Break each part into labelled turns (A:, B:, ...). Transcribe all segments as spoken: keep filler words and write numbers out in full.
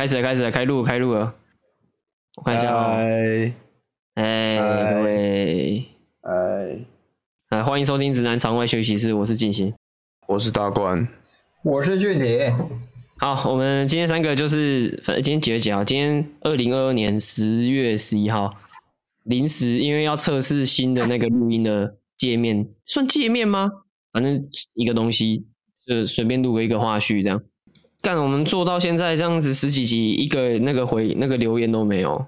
A: 开始了，开始了，开录，开录了。我看一下哦。哎，各位，
B: 哎，
A: 哎，欢迎收听直男肠外休息室，我是静心，
B: 我是大冠，
C: 我是俊铁。
A: 好，我们今天三个就是，反正今天几月几号？今天二零二二年十月十一号，临时因为要测试新的那个录音的界面，算界面吗？反正一个东西，就随便录个一个花絮这样。干，我们做到现在这样子十几集，一个那个回那个留言都没有。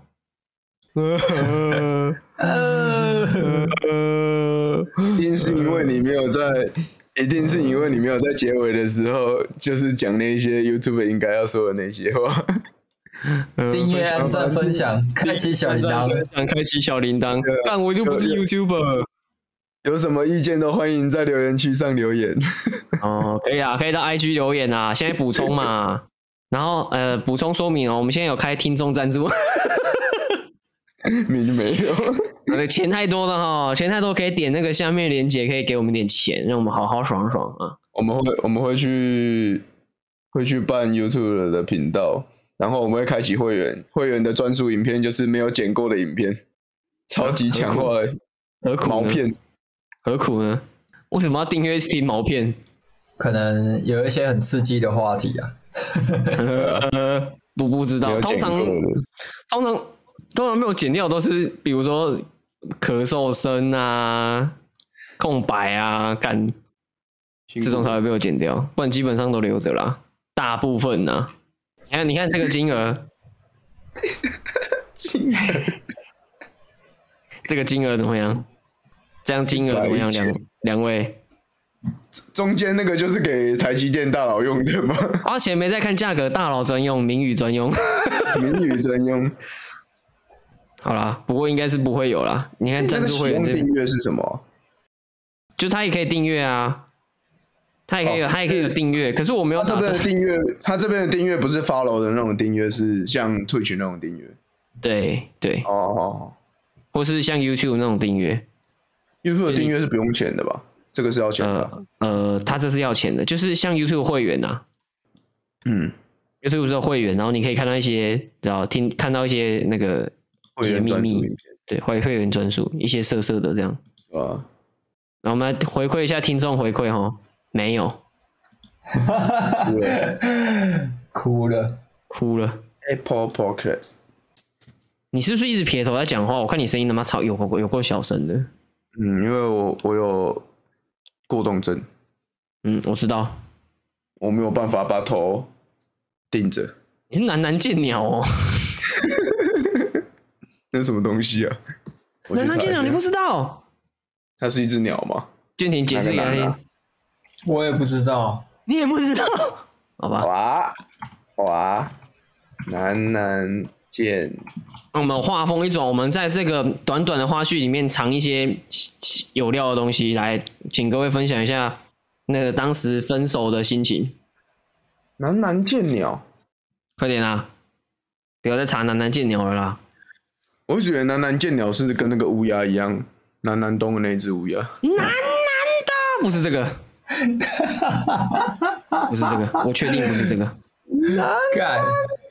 B: 一定是因为你没有在，一定是因为你没有在结尾的时候，就是讲那些 YouTube 应该要说的那些话。
C: 订阅、按赞、分享，开启小铃铛，
A: 开启小铃铛。干，我就不是 YouTuber。
B: 有什么意见都欢迎在留言区上留言。
A: 哦，可以啊，可以到 I G 留言啊。现在补充嘛，然后呃，补充说明哦，我们现在有开听众赞助。
B: 明没有，
A: 对，钱太多了哈，钱太多可以点那个下面链接，可以给我们点钱，让我们好好爽爽啊。
B: 我们会我们会去会去办 YouTube 的频道，然后我们会开启会员，会员的专属影片就是没有剪过的影片，超级强化的
A: 何苦
B: 毛片，
A: 何苦呢？为什么要订阅听毛片？
C: 可能有一些很刺激的话题啊。
A: 呃，不不知道，通常通常。通常没有剪掉都是，比如说咳嗽声啊、空白啊、干这种才会被我剪掉，不然基本上都留着啦。大部分啊，你看，你看这个金额，
B: 金额，
A: 这个金额怎么样？这样金额怎么样？两两位，
B: 中间那个就是给台积电大佬用的吗？
A: 花钱没在看价格，大佬专用，名语专用，
B: 名语专用。
A: 好啦，不过应该是不会有啦。你看赞助会员这
B: 订阅是什么？
A: 就他也可以订阅啊，他也可以有，他、哦、也可以有订阅。可是我没有
B: 他这边的订阅，他这边的订阅不是 follow 的那种订阅，是像 Twitch 那种订阅。
A: 对对，
B: 哦哦，
A: 或是像 YouTube 那种订阅。
B: YouTube 的订阅是不用钱的吧？这个是要钱的、啊。
A: 呃呃，他这是要钱的，就是像 YouTube 会员呐、啊。
B: 嗯
A: ，YouTube 是有会员，然后你可以看到一些，知道听看到一些那个。
B: 会员专属影片，
A: 对，会会员专属一些色色的这样，
B: 啊，
A: 然后我们来回馈一下听众回馈哈，没有，
C: 哭了，
A: 哭了
B: ，Apple Podcast，
A: 你是不是一直撇头在讲话？我看你声音他妈超有够有够小声的，
B: 嗯，因为我我有过动症，
A: 嗯，我知道，
B: 我没有办法把头定着，
A: 你是男男贱鸟哦。
B: 那是什么东西啊？
A: 男男贱鸟你不知道？
B: 它是一只鸟吗？
A: 俊廷解释给他听。
C: 我也不知道，
A: 你也不知道？好吧。
B: 哇哇，男男贱。
A: 我们话锋一转，我们在这个短短的花絮里面藏一些有料的东西，来请各位分享一下那个当时分手的心情。
B: 男男贱鸟，
A: 快点啊！不要再查男男贱鸟了啦。
B: 我觉得南南剑鸟是跟那个乌鸦一样，南南东的那只乌鸦。
A: 南南的不是这个，不是这个，我确定不是这个。
C: 干，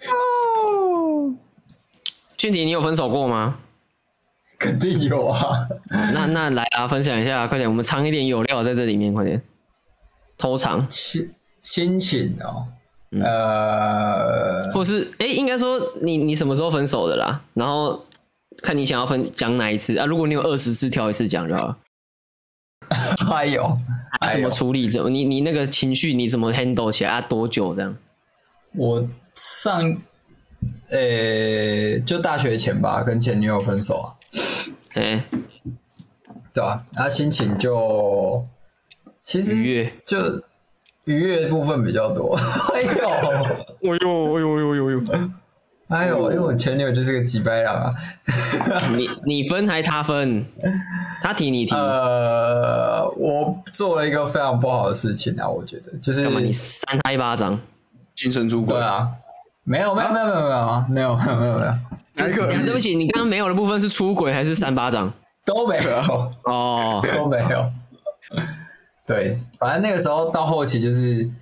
A: 俊廷，你有分手过吗？
C: 肯定有啊。
A: 那那来啊，分享一下，快点，我们藏一点有料在这里面，快点。偷藏。
C: 心心情哦。嗯、呃，
A: 或是哎、欸，应该说你你什么时候分手的啦？然后看你想要分讲哪一次啊？如果你有二十次，挑一次讲就好了。
C: 还有，
A: 啊、怎么处理？怎么你你那个情绪你怎么 handle 起来啊？多久这样？
C: 我上，呃、欸，就大学前吧，跟前女友分手啊。
A: 哎、欸，
C: 对啊，啊，心情就其实
A: 愉悦，
C: 就愉悦的部分比较多。哎呦，
A: 哎呦，哎呦，哎呦，哎呦，
C: 哎呦，因为我前女友就是个几掰郎啊。
A: 你你分还他分？他提你提？
C: 呃，我做了一个非常不好的事情啊，我觉得就是
A: 干嘛？你扇他一巴掌？
B: 精神出轨？
C: 对啊，没有没有没有没有没有没有没有没有没有。
B: 哪一个？
A: 对不起，你刚刚没有的部分是出轨还是扇巴掌？
C: 都没有
A: 哦，
C: 都没有。对，反正那个时候到后期就是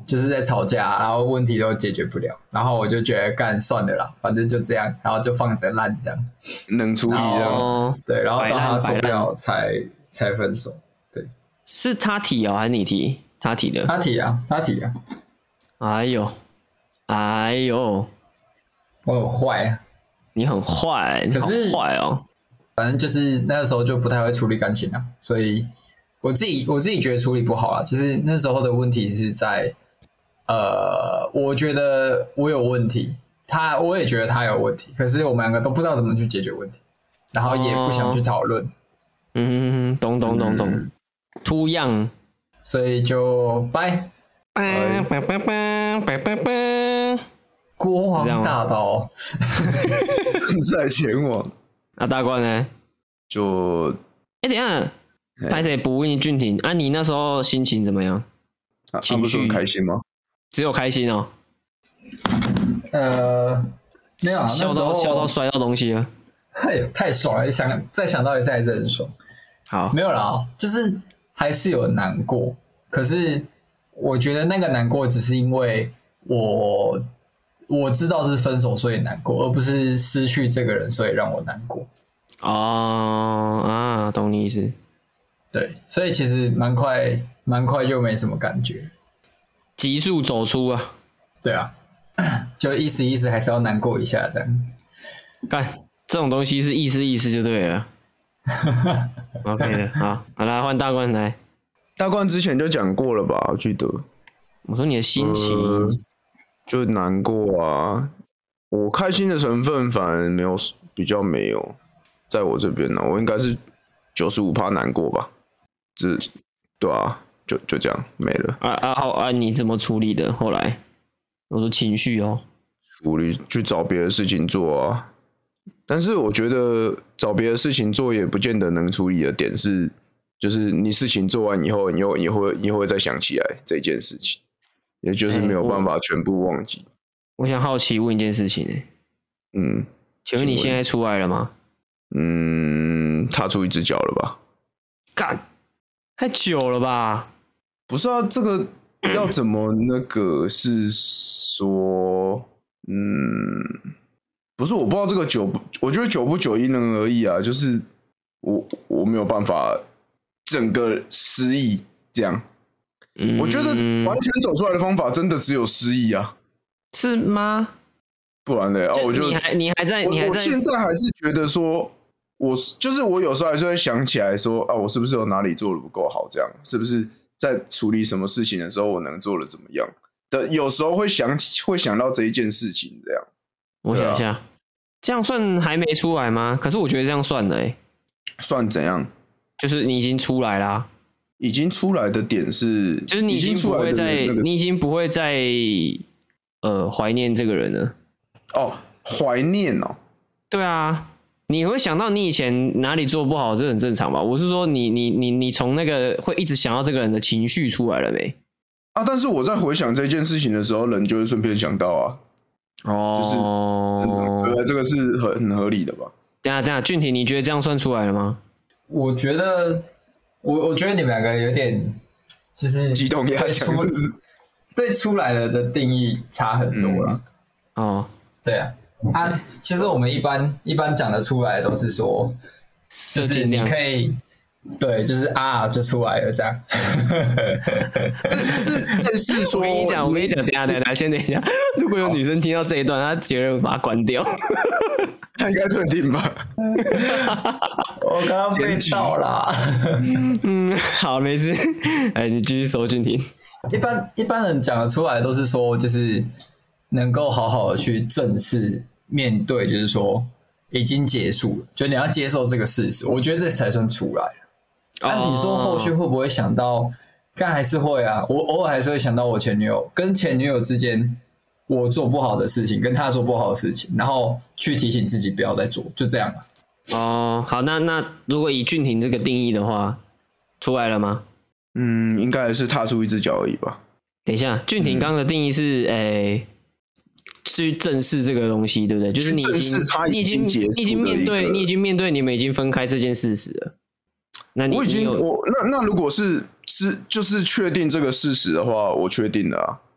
C: 就是在吵架，然后问题都解决不了，然后我就觉得干算了啦，反正就这样，然后就放着烂这样，
B: 能处理这样。
A: 哦，
C: 对，然后到他受不
A: 摆烂
C: 了才才分手。对，
A: 是他提哦，还是你提？他提的。
C: 他提啊，他提啊。
A: 哎呦，哎呦，
C: 我很坏啊，
A: 你很坏，你好
C: 可是
A: 坏哦。
C: 反正就是那时候就不太会处理感情啊，所以我自己我自己觉得处理不好啊，就是那时候的问题是在，呃，我觉得我有问题，他我也觉得他有问题，可是我们两个都不知道怎么去解决问题，然后也不想去讨论。哦、
A: 嗯，懂懂懂懂，突样，
C: 所以就拜
A: 拜拜拜拜拜拜拜，
C: 国王大刀，
B: 在前往。
A: 啊，大冠呢？
B: 就，
A: 哎、欸，等一下，拍谁不问俊廷？啊，你那时候心情怎么样？
B: 啊，情绪、啊、很开心吗？
A: 只有开心哦。
C: 呃，没有、啊，
A: 笑到笑到摔到东西了。
C: 哎呦，太爽了！想再想到一次还是很爽。
A: 好，
C: 没有啦，就是还是有难过，可是我觉得那个难过只是因为我我知道是分手所以难过，而不是失去这个人所以让我难过。
A: 哦啊，懂你意思。
C: 对，所以其实蛮快蛮快就没什么感觉，
A: 急速走出啊。
C: 对啊，就意思意思还是要难过一下这样。
A: 干这种东西是意思意思就对了。OK 的，好，好啦，换大冠来。
B: 大冠之前就讲过了吧？我记得。
A: 我说你的心情、
B: 呃、就难过啊。我开心的成分反而没有，比较没有，在我这边呢，我应该是九十五趴难过吧。这，对啊，就就这样没了。
A: 啊啊好啊！你怎么处理的？后来我说情绪哦，
B: 处理去找别的事情做啊。但是我觉得找别的事情做也不见得能处理的点是，就是你事情做完以后，你又你会你会再想起来这件事情，也就是没有办法全部忘记。欸、
A: 我, 我想好奇问一件事情、欸、
B: 嗯，
A: 请问你现在出来了吗？
B: 嗯，踏出一只脚了吧？
A: 干，太久了吧？
B: 不是啊，这个要怎么那个是说，嗯。不是，我不知道这个久不，我觉得久不久因人而异啊。就是我我没有办法整个失忆这样。嗯，我觉得完全走出来的方法真的只有失忆啊。
A: 是吗？
B: 不然呢？哦，我就
A: 你还你还在，你还在。
B: 我现在还是觉得说，我就是我有时候还是会想起来说啊，我是不是有哪里做的不够好？这样是不是在处理什么事情的时候，我能做的怎么样？的有时候会想起，会想到这一件事情这样。
A: 我想一下、啊，这样算还没出来吗？可是我觉得这样算了、欸，
B: 算怎样？
A: 就是你已经出来啦、啊，
B: 已经出来的点是，
A: 就是你已经不会再，那個、你已经不会再呃怀念这个人了。
B: 哦，怀念哦。
A: 对啊，你会想到你以前哪里做不好，这很正常吧？我是说你，你你你你从那个会一直想到这个人的情绪出来了没？
B: 啊，但是我在回想这件事情的时候，人就会顺便想到啊。
A: 哦，
B: 就是，这个是很很合理的吧？
A: 等一下等一下，俊廷，你觉得这样算出来了吗？
C: 我觉得，我我觉得你们两个有点就是
B: 激动压强，
C: 对出来了的定义差很多了、
A: 嗯。哦，
C: 对啊，啊，其实我们一般一般讲的出来都是说，就是你可以。对，就是啊，就出来了这样。
B: 是是是说，
A: 我跟你讲，我跟你讲，等一下等一下，先等一下。如果有女生听到这一段，她绝对把它关掉。
B: 她应该会听吧？
C: 我刚刚被盗啦。
A: 嗯，好，没事。哎，你继续说，俊廷。
C: 一般一般人讲得出来都是说，就是能够好好的去正视面对，就是说已经结束了，就你要接受这个事实。我觉得这才算出来。那、啊、你说后续会不会想到？但还是会啊，我偶尔还是会想到我前女友跟前女友之间我做不好的事情，跟她做不好的事情，然后去提醒自己不要再做，就这样啊。
A: 哦，好，那那如果以俊廷这个定义的话，出来了吗？
B: 嗯，应该是踏出一只脚而已吧。
A: 等一下，俊廷刚的定义是，诶、嗯，去正視這個東西，對不對？就是你已經，你已經，你已經面對，你已經面對你們已經分開這件事實了。那你
B: 我已經，我那那如果是是就是確定這個事實的話，我確定了啊。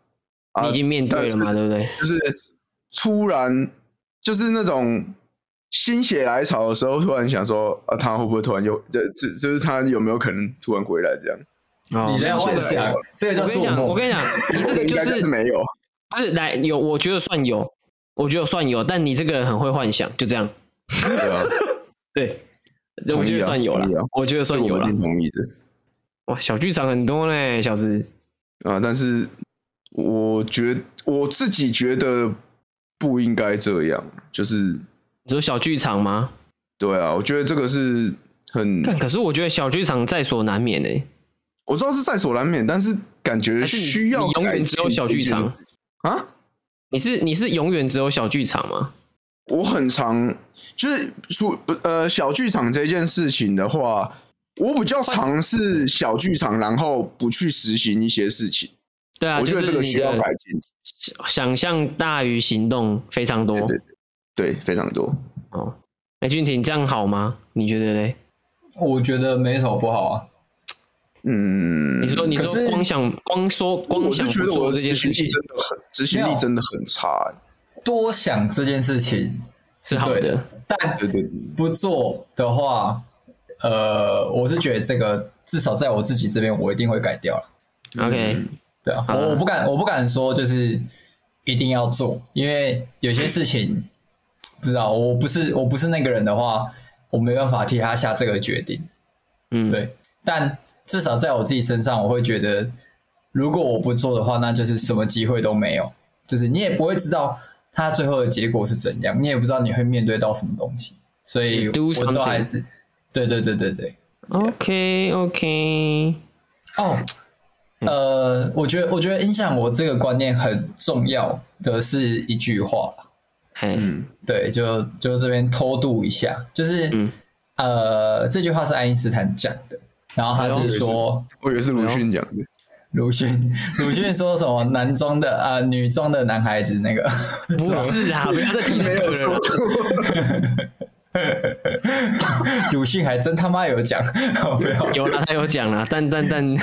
B: 啊，
A: 你已经面对了嘛，对不对？
B: 就是突然就是那种心血来潮的时候，突然想说啊，他会不会突然又这这就是他有没有可能突然回来这样？
A: 哦，
C: 你在幻想，这个叫做梦。
A: 我跟你讲，你这个就
B: 是, 是没有，
A: 不是来有，我觉得算有，我觉得算有，但你这个人很会幻想，就这样。
B: 对啊，
A: 对，我觉得算有了，啊、我觉得算有了，
B: 我一定同意的。
A: 哇，小剧场很多呢，小子
B: 啊，但是我觉我自己觉得不应该这样，就是
A: 你说小剧场吗？
B: 对啊，我觉得这个是很，
A: 可是我觉得小剧场在所难免诶。
B: 我知道是在所难免，但是感觉需要
A: 你永远只有小剧场
B: 啊？
A: 你是你是永远只有小剧场吗？
B: 我很常就是呃小剧场这件事情的话，我比较常是小剧场，然后不去实行一些事情。
A: 对啊，
B: 我觉得这个需要改进。
A: 想象大于行动非常多，
B: 对对对，对非常多。
A: 哦，哎，俊廷这样好吗？你觉得嘞？
C: 我觉得没什么不好啊。
B: 嗯，
A: 你说你说光想光说光想不做这件事情，
B: 真的很执行力真的很差、欸。
C: 多想这件事情是好的，但不做的话，呃，我是觉得这个至少在我自己这边，我一定会改掉了。
A: OK，、
B: 嗯、
C: 对啊，我我不敢我不敢说就是一定要做，因为有些事情不知道，我不是我不是那个人的话，我没办法替他下这个决定。
A: 嗯，
C: 对，但至少在我自己身上，我会觉得，如果我不做的话，那就是什么机会都没有，就是你也不会知道它最后的结果是怎样，你也不知道你会面对到什么东西，所以我都还是，对对对对对。
A: OK OK。
C: 哦，呃，我觉得我觉得影响我这个观念很重要的是一句话，
A: 嗯，
C: 对，就就这边偷渡一下，就是、嗯、呃，这句话是爱因斯坦讲的。然后他就是说，
B: 我以为是鲁迅讲的。
C: 鲁迅，鲁迅说什么男装的啊、呃，女装的男孩子那个
A: 不是啊，不要再提那个了。
C: 鲁迅还真他妈有讲，
A: 有啦，他有讲啦，但但但，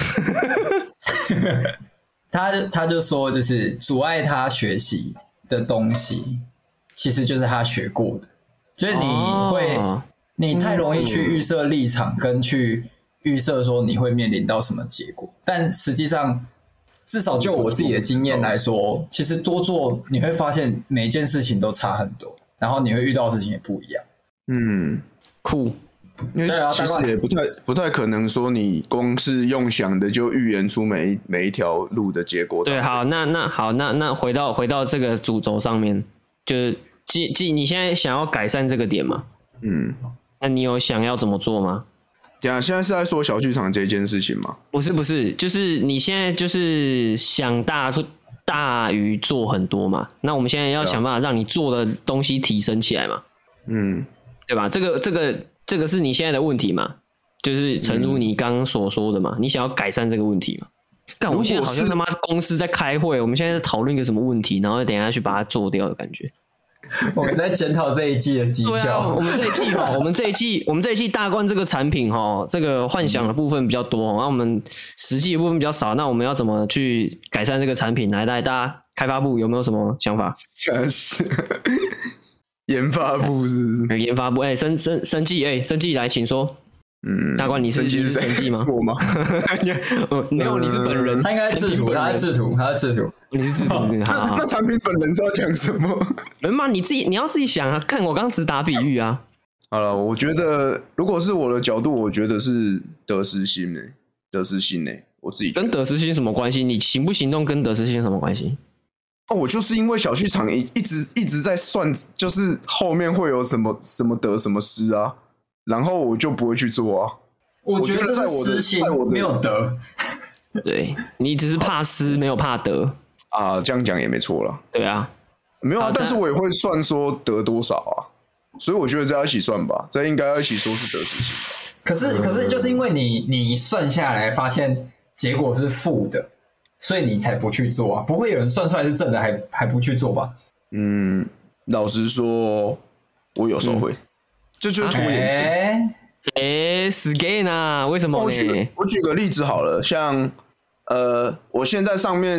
C: 他他就说，就是阻碍他学习的东西，其实就是他学过的，就是你会，哦、你太容易去预设立场跟去。预设说你会面临到什么结果，但实际上，至少就我自己的经验来说，其实多做你会发现每一件事情都差很多，然后你会遇到的事情也不一样。
B: 嗯，
A: 酷，
B: 因为其实也不太不太可能说你光是用想的就预言出每一每一条路的结果。
A: 对，好，那那好，那那回到回到这个主轴上面，就是既既你现在想要改善这个点嘛？
B: 嗯，
A: 那你有想要怎么做吗？
B: 对啊，现在是在说小剧场这件事情吗？
A: 不是不是，就是你现在就是想大大于做很多嘛。那我们现在要想办法让你做的东西提升起来嘛。
B: 嗯，
A: 对吧？这个这个这个是你现在的问题嘛？就是诚如你刚刚所说的嘛，嗯、你想要改善这个问题嘛？干，我现在好像他妈公司在开会，我们现在在讨论一个什么问题，然后等一下去把它做掉的感觉。
C: 我们在检讨这一季的绩效。
A: 啊、我们这一季哈，我们这一季，我们这一季大观这个产品哈，这个幻想的部分比较多，然后我们实际的部分比较少。那我们要怎么去改善这个产品？来，来，大家开发部有没有什么想法？
B: 真是研发部是不是？
A: 研发部，哎、欸，生生生技，哎、欸，生技来，请说。
B: 嗯，
A: 大官，你是你是生技吗？
B: 我吗？
A: 没有，你是本人。
C: 他应该制图，他是制图，他是制图。
A: 你是制图，好好。
B: 那产品本人是要讲什么？
A: 没嘛，你自己你要自己想啊。看我刚只打比喻啊。
B: 好了，我觉得如果是我的角度，我觉得是得失心诶、欸，得失心诶、欸，我自己
A: 跟得失心什么关系？你行不行动跟得失心什么关系？
B: 哦，我就是因为小剧场一一直一直在算，就是后面会有什么什么得什么失啊。然后我就不会去做啊。
C: 我觉得这是失心，没有得。
A: 对，你只是怕失，没有怕得
B: 啊。这样讲也没错啦。
A: 对啊，
B: 没有啊，但是我也会算说得多少啊。所以我觉得这要一起算吧，这应该要一起说是得失心吧。
C: 可是，可是就是因为你你算下来发现结果是负的，所以你才不去做啊。不会有人算出来是正的还还不去做吧？
B: 嗯，老实说，我有时候会。嗯，这就是拖延症。
A: 哎、欸，死 gay 呢？为什么呢？
B: 我举我举个例子好了，像呃，我现在上面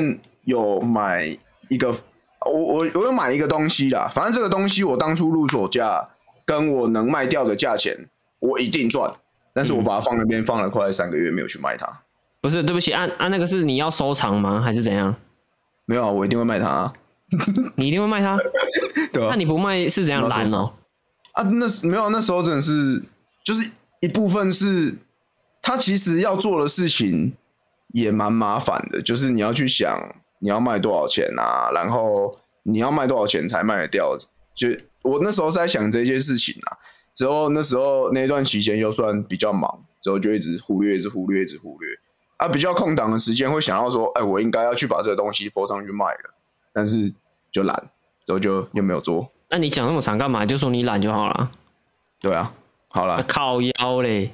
B: 有买一个，我我我有买一个东西啦，反正这个东西我当初入手价跟我能卖掉的价钱，我一定赚，但是我把它放那边放了快三个月，没有去卖它。
A: 不是，对不起，按、啊、按、啊、那个是你要收藏吗？还是怎样？
B: 没有啊，我一定会卖它、啊。
A: 你一定会卖它？
B: 对啊。
A: 那你不卖是怎样懒哦？
B: 啊，那没有，那时候真的是，就是一部分是，他其实要做的事情也蛮麻烦的，就是你要去想你要卖多少钱啊，然后你要卖多少钱才卖得掉。就我那时候是在想这些事情啊，之后那时候那段期间又算比较忙，之后就一直忽略，一直忽略，一直忽略。啊，比较空档的时间会想到说，哎，我应该要去把这个东西 po 上去卖了，但是就懒，之后就又没有做。
A: 那你讲那么长干嘛？就说你懒就好了。
B: 对啊，好了，
A: 靠腰嘞。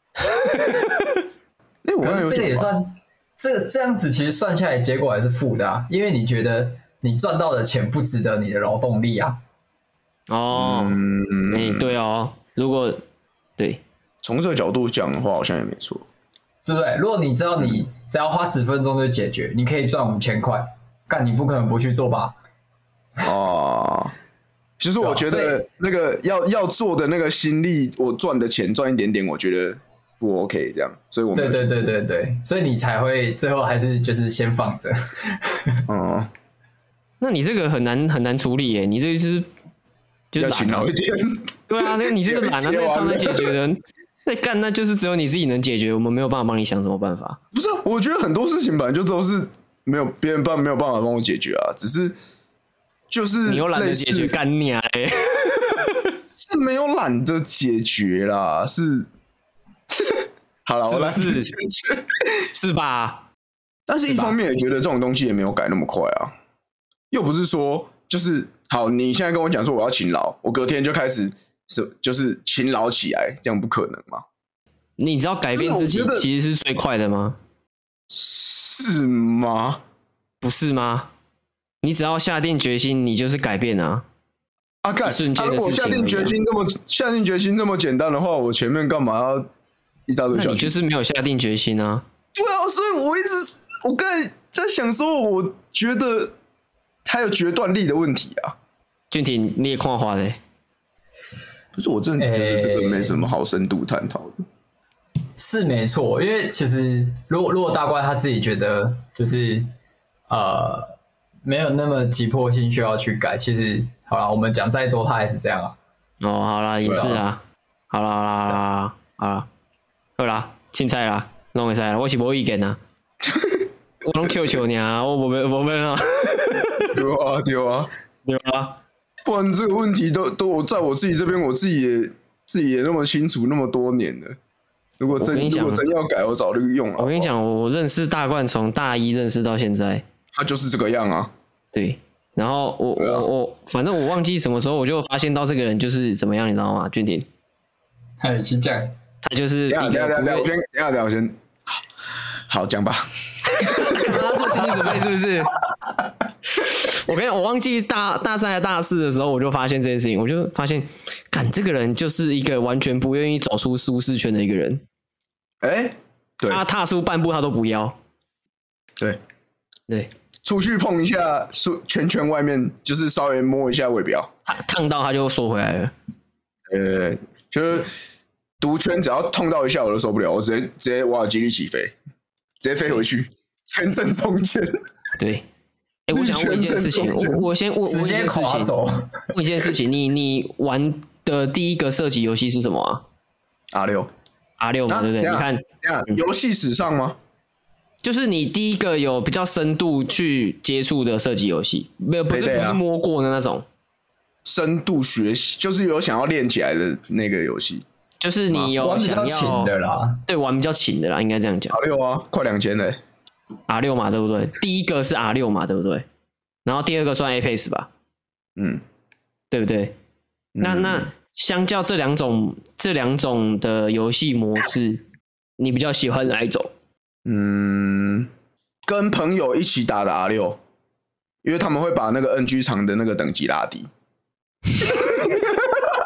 B: 哎、欸，我刚才有
C: 这个也算，这个这样子其实算下来结果还是负的啊，因为你觉得你赚到的钱不值得你的劳动力啊。
A: 哦，嗯，欸、对哦，如果对，
B: 从这个角度讲的话，好像也没错，
C: 对不对？如果你知道你只要花十分钟就解决，你可以赚五千块，干你不可能不去做吧？
B: 哦。其实我觉得那个要要做的那个心力，我赚的钱赚一点点，我觉得不 OK 这样，所以我
C: 对对对对对，所以你才会最后还是就是先放着。
B: 嗯，
A: 那你这个很难很难处理耶，你这个就是就是
B: 要勤劳一点。
A: 对啊，那你这个懒啊，那个常常解决的，那干那就是只有你自己能解决，我们没有办法帮你想什么办法。
B: 不是，我觉得很多事情本来就都是没有别人办没有办法帮我解决啊，只是。就是
A: 你又懒得解决，干你啊！
B: 是没有懒得解决啦，是好了，我懒得解决，
A: 是吧？
B: 但是一方面也觉得这种东西也没有改那么快啊，又不是说就是好，你现在跟我讲说我要勤劳，我隔天就开始是就是勤劳起来，这样不可能嘛？
A: 你知道改变自己其实是最快的吗？
B: 是吗？
A: 不是吗？你只要下定决心，你就是改变啊！
B: 啊，干！
A: 瞬间的事情、啊。
B: 如果下定决心这么下定决心这么简单的话，我前面干嘛要一大堆小？
A: 你就是没有下定决心啊！
B: 对啊，所以我一直我刚才在想说，我觉得他有决断力的问题啊。
A: 俊廷，你也看花的、欸？
B: 不是，我真的觉得这个没什么好深度探讨的。
C: 欸、是没错，因为其实如果如果大怪他自己觉得就是呃。没有那么急迫性需要去改，其实好啦，我们讲再多，他还是这样啊。
A: 哦，好啦，也是啊。好啦，好啦，好啦，好啦，好啦，凊彩啦，拢会使啦，我是无意见啊。我拢笑笑尔，我无无免啊。
B: 对啊，对啊，
A: 对啊。
B: 不然这个问题都都我在我自己这边，我自己也自己也那么清楚那么多年了。如果真如果真要改，我早就用了。
A: 我跟你讲，我认识大冠从大一认识到现在。
B: 他就是这个样啊，
A: 对，然后我、啊、我我反正我忘记什么时候我就发现到这个人就是怎么样，你知道吗？俊廷，
C: 嗨，请讲，
A: 他就是一个
B: 等一下等一下，我先等一下等一下我先，好讲吧。
A: 他做心理准备是不是？我跟你我忘记大大三还大四的时候，我就发现这件事情，我就发现，干这个人就是一个完全不愿意走出舒适圈的一个人。
B: 哎、欸，对，
A: 他踏出半步他都不要。
B: 对。
A: 对，
B: 出去碰一下圈圈外面，就是稍微摸一下尾标，
A: 烫到他就缩回来了。
B: 呃，就是毒圈，只要痛到一下我都受不了，我直接直接瓦尔基利起飞，直接飞回去，圈正中间。
A: 对，哎、欸，我想问一件事情，我我先问
C: 直接垮走。
A: 问一件事情，你你玩的第一个射击游戏是什么啊
B: ？R 六
A: ，R 六嘛，啊、对不对？你看，
B: 游戏史上吗？
A: 就是你第一个有比较深度去接触的射击游戏，没有不是不是摸过的那种，
B: 深度学习就是有想要练起来的那个游戏，
A: 就是你有想要
C: 玩比较勤的啦，
A: 对，玩比较勤的啦，应该这样讲。
B: R 六啊，快两千嘞
A: ，R 六嘛，对不对？第一个是 R 六嘛，对不对？然后第二个算 Apex 吧，
B: 嗯，
A: 对不对？嗯、那那相较这两种这两种的游戏模式，你比较喜欢哪一种？
B: 嗯，跟朋友一起打的 R 六，因为他们会把那个 N G 场的那个等级拉低。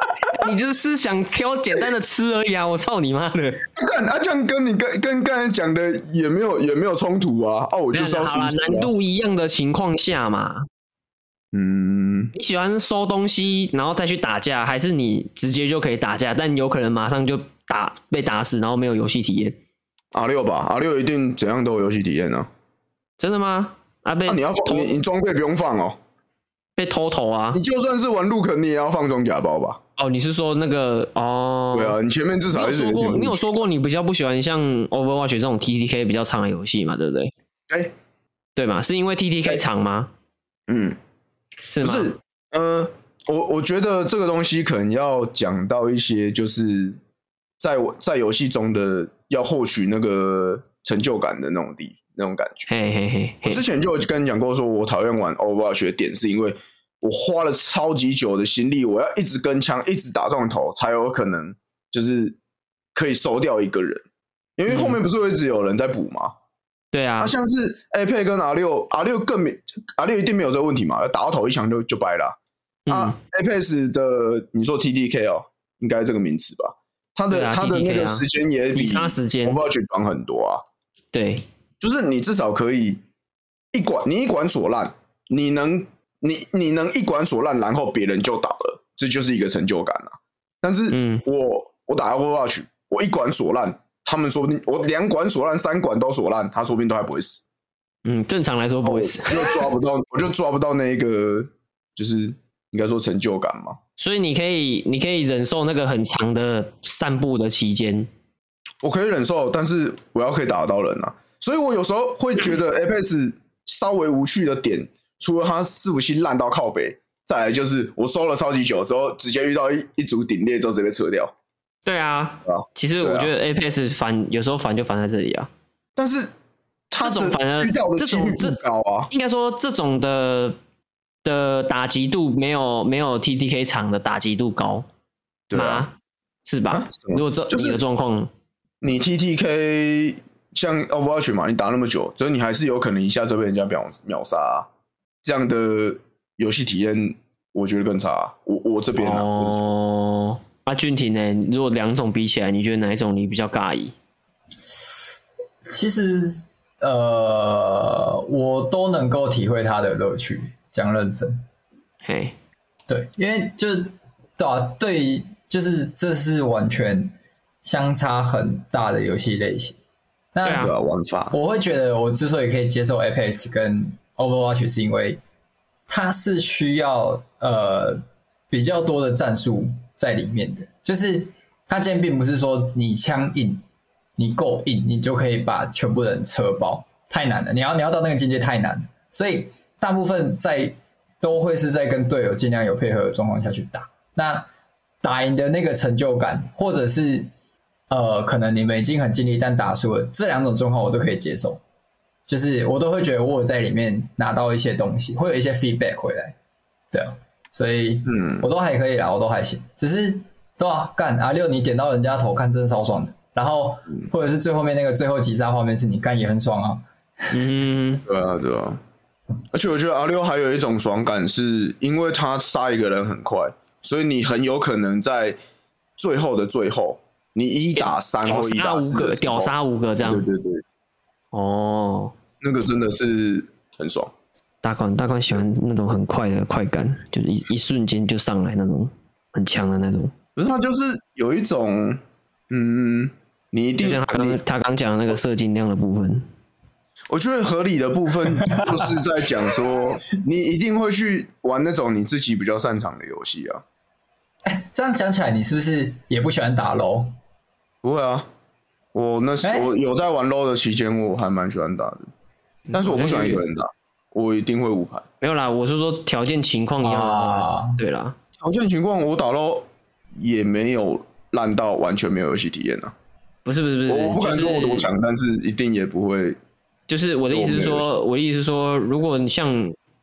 A: 你就是想挑简单的吃而已啊！我操你妈的！
B: 干啊，这样跟你跟跟刚才讲的也没有也没有冲突啊！哦，我就是要
A: 好啦，难度一样的情况下嘛，
B: 嗯，
A: 你喜欢收东西然后再去打架，还是你直接就可以打架，但有可能马上就打被打死，然后没有游戏体验？
B: 阿六吧，阿六一定怎样都有游戏体验啊！
A: 真的吗？啊被
B: 啊，你要放你你装备不用放哦，
A: 被偷头啊！
B: 你就算是玩路肯，你也要放装甲包吧？
A: 哦，你是说那个哦？
B: 对啊，你前面至少还是
A: 你有说过，
B: 有
A: 你有说过你比较不喜欢像 Overwatch 这种 T T K 比较长的游戏嘛，对不对？
B: 哎、欸，
A: 对嘛？是因为 T T K 长吗？
B: 嗯，
A: 是吗？
B: 不是，呃，我我觉得这个东西可能要讲到一些，就是在在游戏中的要获取那个成就感的那种地那种感觉。
A: 嘿嘿嘿，
B: 我之前就有跟你讲过，说我讨厌玩 Overwatch 的点是因为我花了超级久的心力，我要一直跟枪，一直打中头，才有可能就是可以收掉一个人，因为后面不是会一直有人在补吗？
A: 对啊，
B: 啊，像是 Apex 跟 R 六 R 六更没 R 六一定没有这个问题嘛，打到头一枪就就掰了、啊。啊、嗯、Apex 的你说 T T K 哦，应该这个名词吧？它的、啊、它的那个时间也比 Overwatch 短很多啊。
A: 对，
B: 就是你至少可以一管你一管锁烂，你能你你能一管锁烂，然后别人就倒了，这就是一个成就感啊。但是我、嗯、我打 Overwatch， 我一管锁烂。他们说不定我两管锁烂，三管都锁烂，他说不定都还不会死。
A: 嗯，正常来说不会死，
B: 我就抓不到，我就抓不到那一个，就是应该说成就感嘛。
A: 所以你可以，你可以忍受那个很长的散步的期间。
B: 我可以忍受，但是我要可以打得到人啊。所以我有时候会觉得 Apex 稍微无趣的点，除了它伺服器烂到靠北，再来就是我收了超级久之后，直接遇到一一组顶猎之后直接被撤掉。
A: 对啊，其实我觉得 Apex 烦有时候烦就烦在这里啊。
B: 但是
A: 这种反而
B: 遇到的几率不高啊。
A: 应该说这种的的打击度没有没有 T T K 场的打击度高，
B: 对啊，
A: 是吧？啊、如果这
B: 就是
A: 你的状况，
B: 你 T T K 像 Overwatch 嘛，你打那么久，所以你还是有可能一下就被人家秒秒杀、啊，这样的游戏体验，我觉得更差、啊。我我这边啊。
A: 哦。啊，俊廷呢？如果两种比起来，你觉得哪一种你比较尬意？
C: 其实，呃，我都能够体会它的乐趣。讲认真，
A: 嘿，
C: 对，因为就对啊，对，就是这是完全相差很大的游戏类型。那
B: 对啊，玩法，
C: 我会觉得我之所以可以接受 Apex 跟 Overwatch， 是因为它是需要呃比较多的战术在里面的，就是它今天并不是说你枪硬，你够硬，你就可以把全部人车爆，太难了。你要你要到那个境界太难了，所以大部分在都会是在跟队友尽量有配合的状况下去打。那打赢的那个成就感，或者是呃，可能你们已经很尽力，但打输了，这两种状况我都可以接受。就是我都会觉得我有在里面拿到一些东西，会有一些 feedback 回来，对啊。所以，嗯，我都还可以啦，我都还行。只是，对啊，干阿六，你点到人家头，看真的超爽的。然后，或者是最后面那个最后击杀画面是你干也很爽啊。
B: 嗯，对啊，对啊。而且我觉得阿六还有一种爽感，是因为他杀一个人很快，所以你很有可能在最后的最后，你一打三或一打四
A: 个，屌杀五个这样。
B: 对对对。哦，那个真的是很爽。
A: 大宽大宽喜欢那种很快的快感，就是一一瞬间就上来那种很强的那种。
B: 可是他就是有一种，嗯，你一定
A: 就像他刚他刚讲的那个射精量的部分，
B: 我觉得合理的部分就是在讲说，你一定会去玩那种你自己比较擅长的游戏啊。
C: 哎、欸，这样讲起来，你是不是也不喜欢打 L O？
B: 不会啊，我那时、欸、我有在玩 L O 的期间，我还蛮喜欢打的，但是我不喜欢一个人打。我一定会五排，
A: 没有啦，我是说条件情况一样的话、啊，对啦，
B: 条件情况我打到也没有烂到完全没有游戏体验啊。
A: 不是不是不是，
B: 我不敢说我多强、就是，但是一定也不会。
A: 就是我的意思是说，我的意思是说，如果你像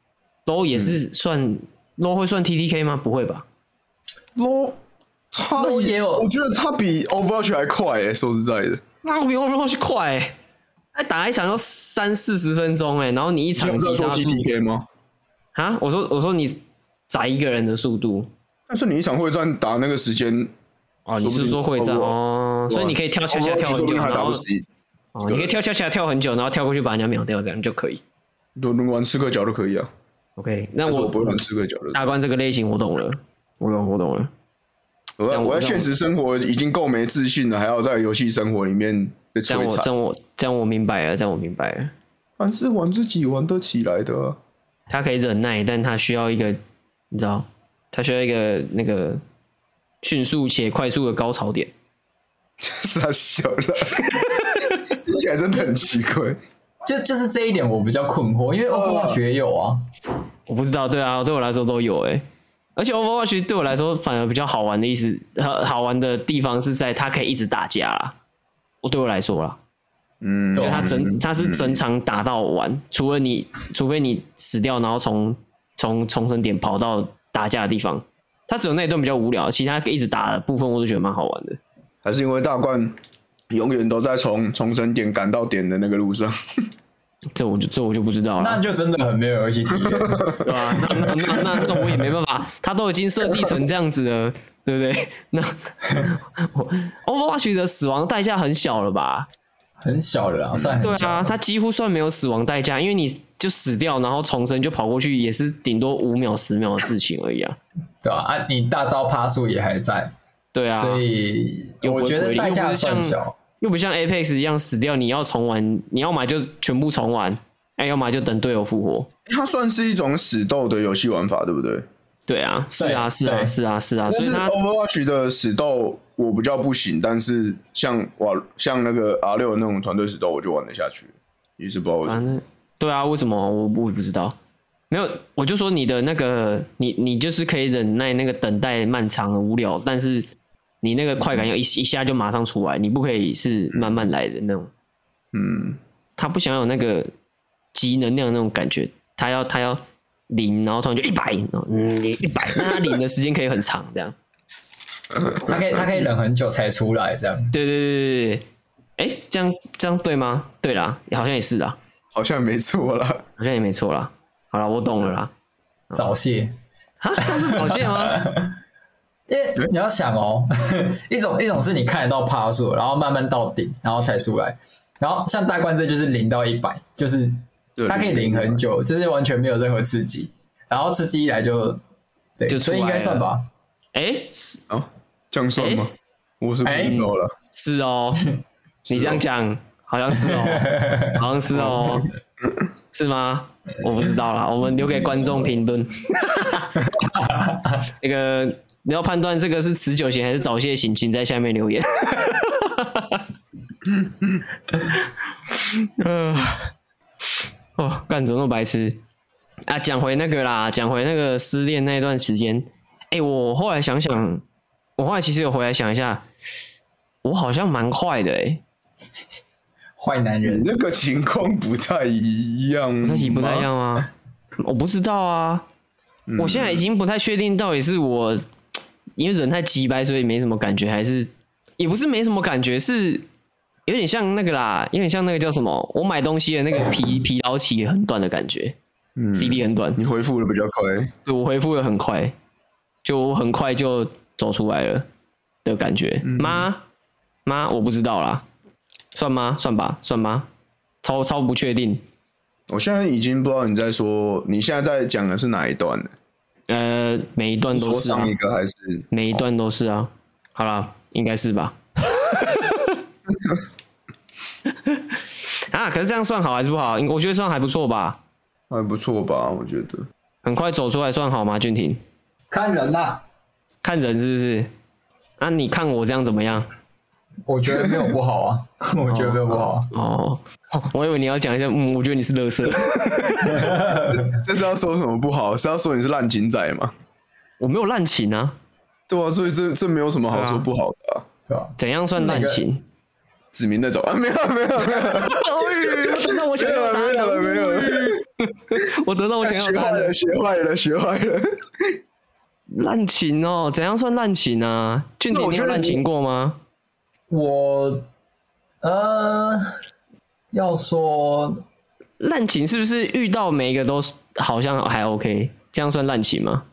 A: L O 也是算、嗯、L O 会算 T T K 吗？不会吧
B: ？L O 它也有，我觉得它比 Overwatch 还快诶、欸，说实在的，
A: 那比 Overwatch 快诶、欸。哎，打一场要三四十分钟哎，然后你一场击杀数
B: T T K 吗？
A: 啊，我说我说你宰一个人的速度，
B: 但是你一场会战打那个时间，
A: 哦，你是说会战哦，所以你可以跳恰恰跳很久，然后哦，你可以跳恰恰跳很久，然后跳过去把人家秒掉，这样就可以。
B: 轮玩刺客角都可以啊。
A: OK， 那我
B: 不会玩刺客角的。
A: 大关这个类型我懂了，我懂，我懂了。
B: 我在我在现实生活已经够没自信了，还要在游戏生活里面被摧残。
A: 这样我这样我明白了，这样我明白了。
B: 但是玩自己玩得起来的、啊，
A: 他可以忍耐，但他需要一个，你知道，他需要一个那个迅速且快速的高潮点。
B: 太小了，听起来真的很奇怪。
C: 就就是这一点我比较困惑，因为 Overwatch 也有啊，
A: 我不知道，对啊，对我来说都有哎、欸，而且 Overwatch 对我来说反而比较好玩的意思，好玩的地方是在它可以一直打架啦。我对我来说啦，
B: 嗯，
A: 就它整它是整场打到完，除了你，除非你死掉，然后从从重生点跑到打架的地方，它只有那一段比较无聊，其他一直打的部分我都觉得蛮好玩的。
B: 还是因为大冠永远都在从重生点赶到点的那个路上。
A: 这我就这我就不知道了，
C: 那就真的很没有游戏体验，
A: 对吧？那那那那那我也没办法，他都已经设计成这样子了，对不对？那 Overwatch 的死亡代价很小了吧？
C: 很小了啦，算很小了。
A: 对啊，他几乎算没有死亡代价，因为你就死掉，然后重生就跑过去，也是顶多五秒、十秒的事情而已啊。
C: 对啊，啊，你大招趴数也还在，
A: 对啊，
C: 所以我觉得代价算小。
A: 又不像 Apex 一样死掉，你要重玩，你要么就全部重玩，哎，要么就等队友复活。
B: 它算是一种死斗的游戏玩法，对不对？
A: 对啊，是啊，是啊，是啊，是啊。所以它
B: Overwatch 的死斗我比较不行，但是像哇，像那个 R 六 那种团队死斗，我就玩得下去，也是不知道为什么。
A: 对啊，为什么我我也不知道。没有，我就说你的那个，你你就是可以忍耐那个等待漫长无聊，但是。你那个快感要一一下就马上出来，你不可以是慢慢来的那种。
B: 嗯，
A: 他不想有那个积能量的那种感觉，他要他要零，然后突然就一百，嗯，一百，那他零的时间可以很长，这样。
C: 他可以他可以忍很久才出来，这样。
A: 对对对对对，哎，这样这样对吗？对啦，好像也是啊，
B: 好像没错啦，
A: 好像也没错啦。好啦，我懂了啦。
C: 早泄，
A: 哈，这是早泄吗？
C: 因为你要想哦，一种一种是你看得到趴数，然后慢慢到顶，然后才出来。然后像大关这就是零到一百，就是它可以零很久，就是完全没有任何刺激，然后刺激一来就对，
A: 就
C: 所以应该算吧？
A: 哎，
B: 哦，这样算吗？我是不知道了。
A: 是哦，你这样讲好像是哦，好像是哦，是吗？我不知道啦，我们留给观众评论。那个。你要判断这个是持久型还是早泄型，请在下面留言。呃，哦，干怎么那么白痴啊？讲回那个啦，讲回那个失恋那段时间，哎、欸，我后来想想，我后来其实有回来想一下，我好像蛮坏的哎、欸，
C: 坏男人，
B: 你那个情况不太一样，
A: 不太不太一样吗？我不知道啊，嗯、我现在已经不太确定到底是我。因为人太鸡掰，所以没什么感觉，还是也不是没什么感觉，是有点像那个啦，有点像那个叫什么？我买东西的那个疲疲劳期很短的感觉，嗯 ，C D 很短，
B: 你回复的比较快，
A: 对我回复的很快，就我很快就走出来了的感觉。妈、嗯、妈，我不知道啦，算吗？算吧，算吗？超超不确定。
B: 我现在已经不知道你在说，你现在在讲的是哪一段了？
A: 呃，每一段都是、啊、
B: 上一个还是
A: 每一段都是啊？好啦，应该是吧？啊，可是这样算好还是不好？我觉得算还不错吧，
B: 还不错吧？我觉得
A: 很快走出来算好吗？俊廷，
C: 看人啦、啊，
A: 看人是不是？啊，你看我这样怎么样？
C: 我觉得没有不好啊，我觉得没有不好、啊。
A: 哦，哦我以为你要讲一下，嗯，我觉得你是垃圾。
B: 这是要说什么不好？是要说你是烂情仔吗？
A: 我没有滥情啊。
B: 对啊，所以这这没有什么好说不好的啊。
C: 对啊，
A: 怎样算滥情？
B: 指明那种啊，没有没有没有。
A: 我得到我想要的答案了，
B: 没有没有。
A: 我得到我想要的答案了，
B: 学坏了，学坏了。
A: 滥情哦，怎样算滥情啊？俊廷，你有滥情过吗？
C: 我呃，要说
A: 滥情是不是遇到每一个都好像还 OK？ 这样算滥情吗？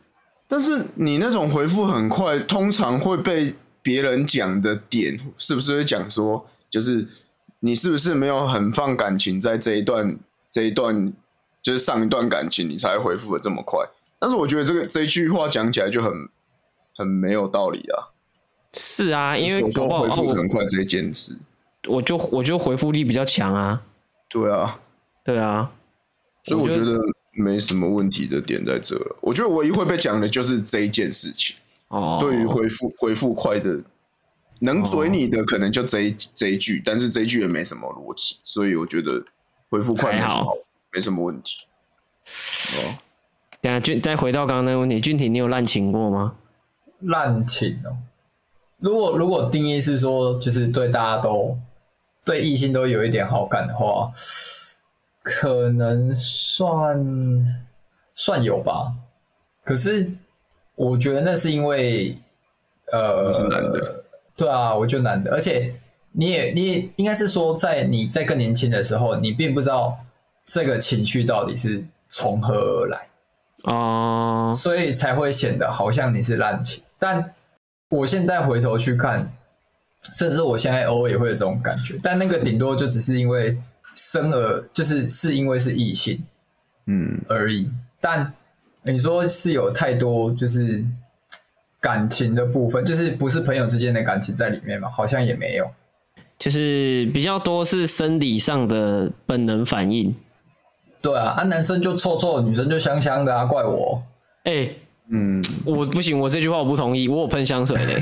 B: 但是你那种回复很快，通常会被别人讲的点，是不是会讲说，就是你是不是没有很放感情在这一段这一段，就是上一段感情，你才回复的这么快？但是我觉得这个这一句话讲起来就很很没有道理啊。
A: 是啊，因为
B: 我说回复很快这件事，
A: 我就我就回复力比较强啊。
B: 对啊，
A: 对啊，
B: 所以我觉得没什么问题的点在这了。我觉得唯一会被讲的就是这一件事情。
A: 哦，
B: 对于回复回复快的，能嘴你的可能就这一、哦、这一句，但是这一句也没什么逻辑，所以我觉得回复快没什么好，没什么问题。哦，
A: 等下俊再回到刚刚那个问题，俊廷，你有滥情过吗？
C: 滥情哦，如果如果定义是说，就是对大家都对异性都有一点好感的话，可能算算有吧。可是我觉得那是因为，呃，
B: 是男的，
C: 对啊，我就男的，而且你也你也应该是说，在你在更年轻的时候，你并不知道这个情绪到底是从何而来，
A: 哦，
C: 所以才会显得好像你是滥情。但我现在回头去看，甚至我现在偶尔也会有这种感觉，但那个顶多就只是因为生而就是是因为是异性，嗯而已。但你说是有太多就是感情的部分，就是不是朋友之间的感情在里面吗？好像也没有，
A: 就是比较多是生理上的本能反应。
C: 对啊，啊男生就臭臭，女生就香香的啊，怪我。
A: 哎、欸，嗯，我不行，我这句话我不同意，我有喷香水嘞。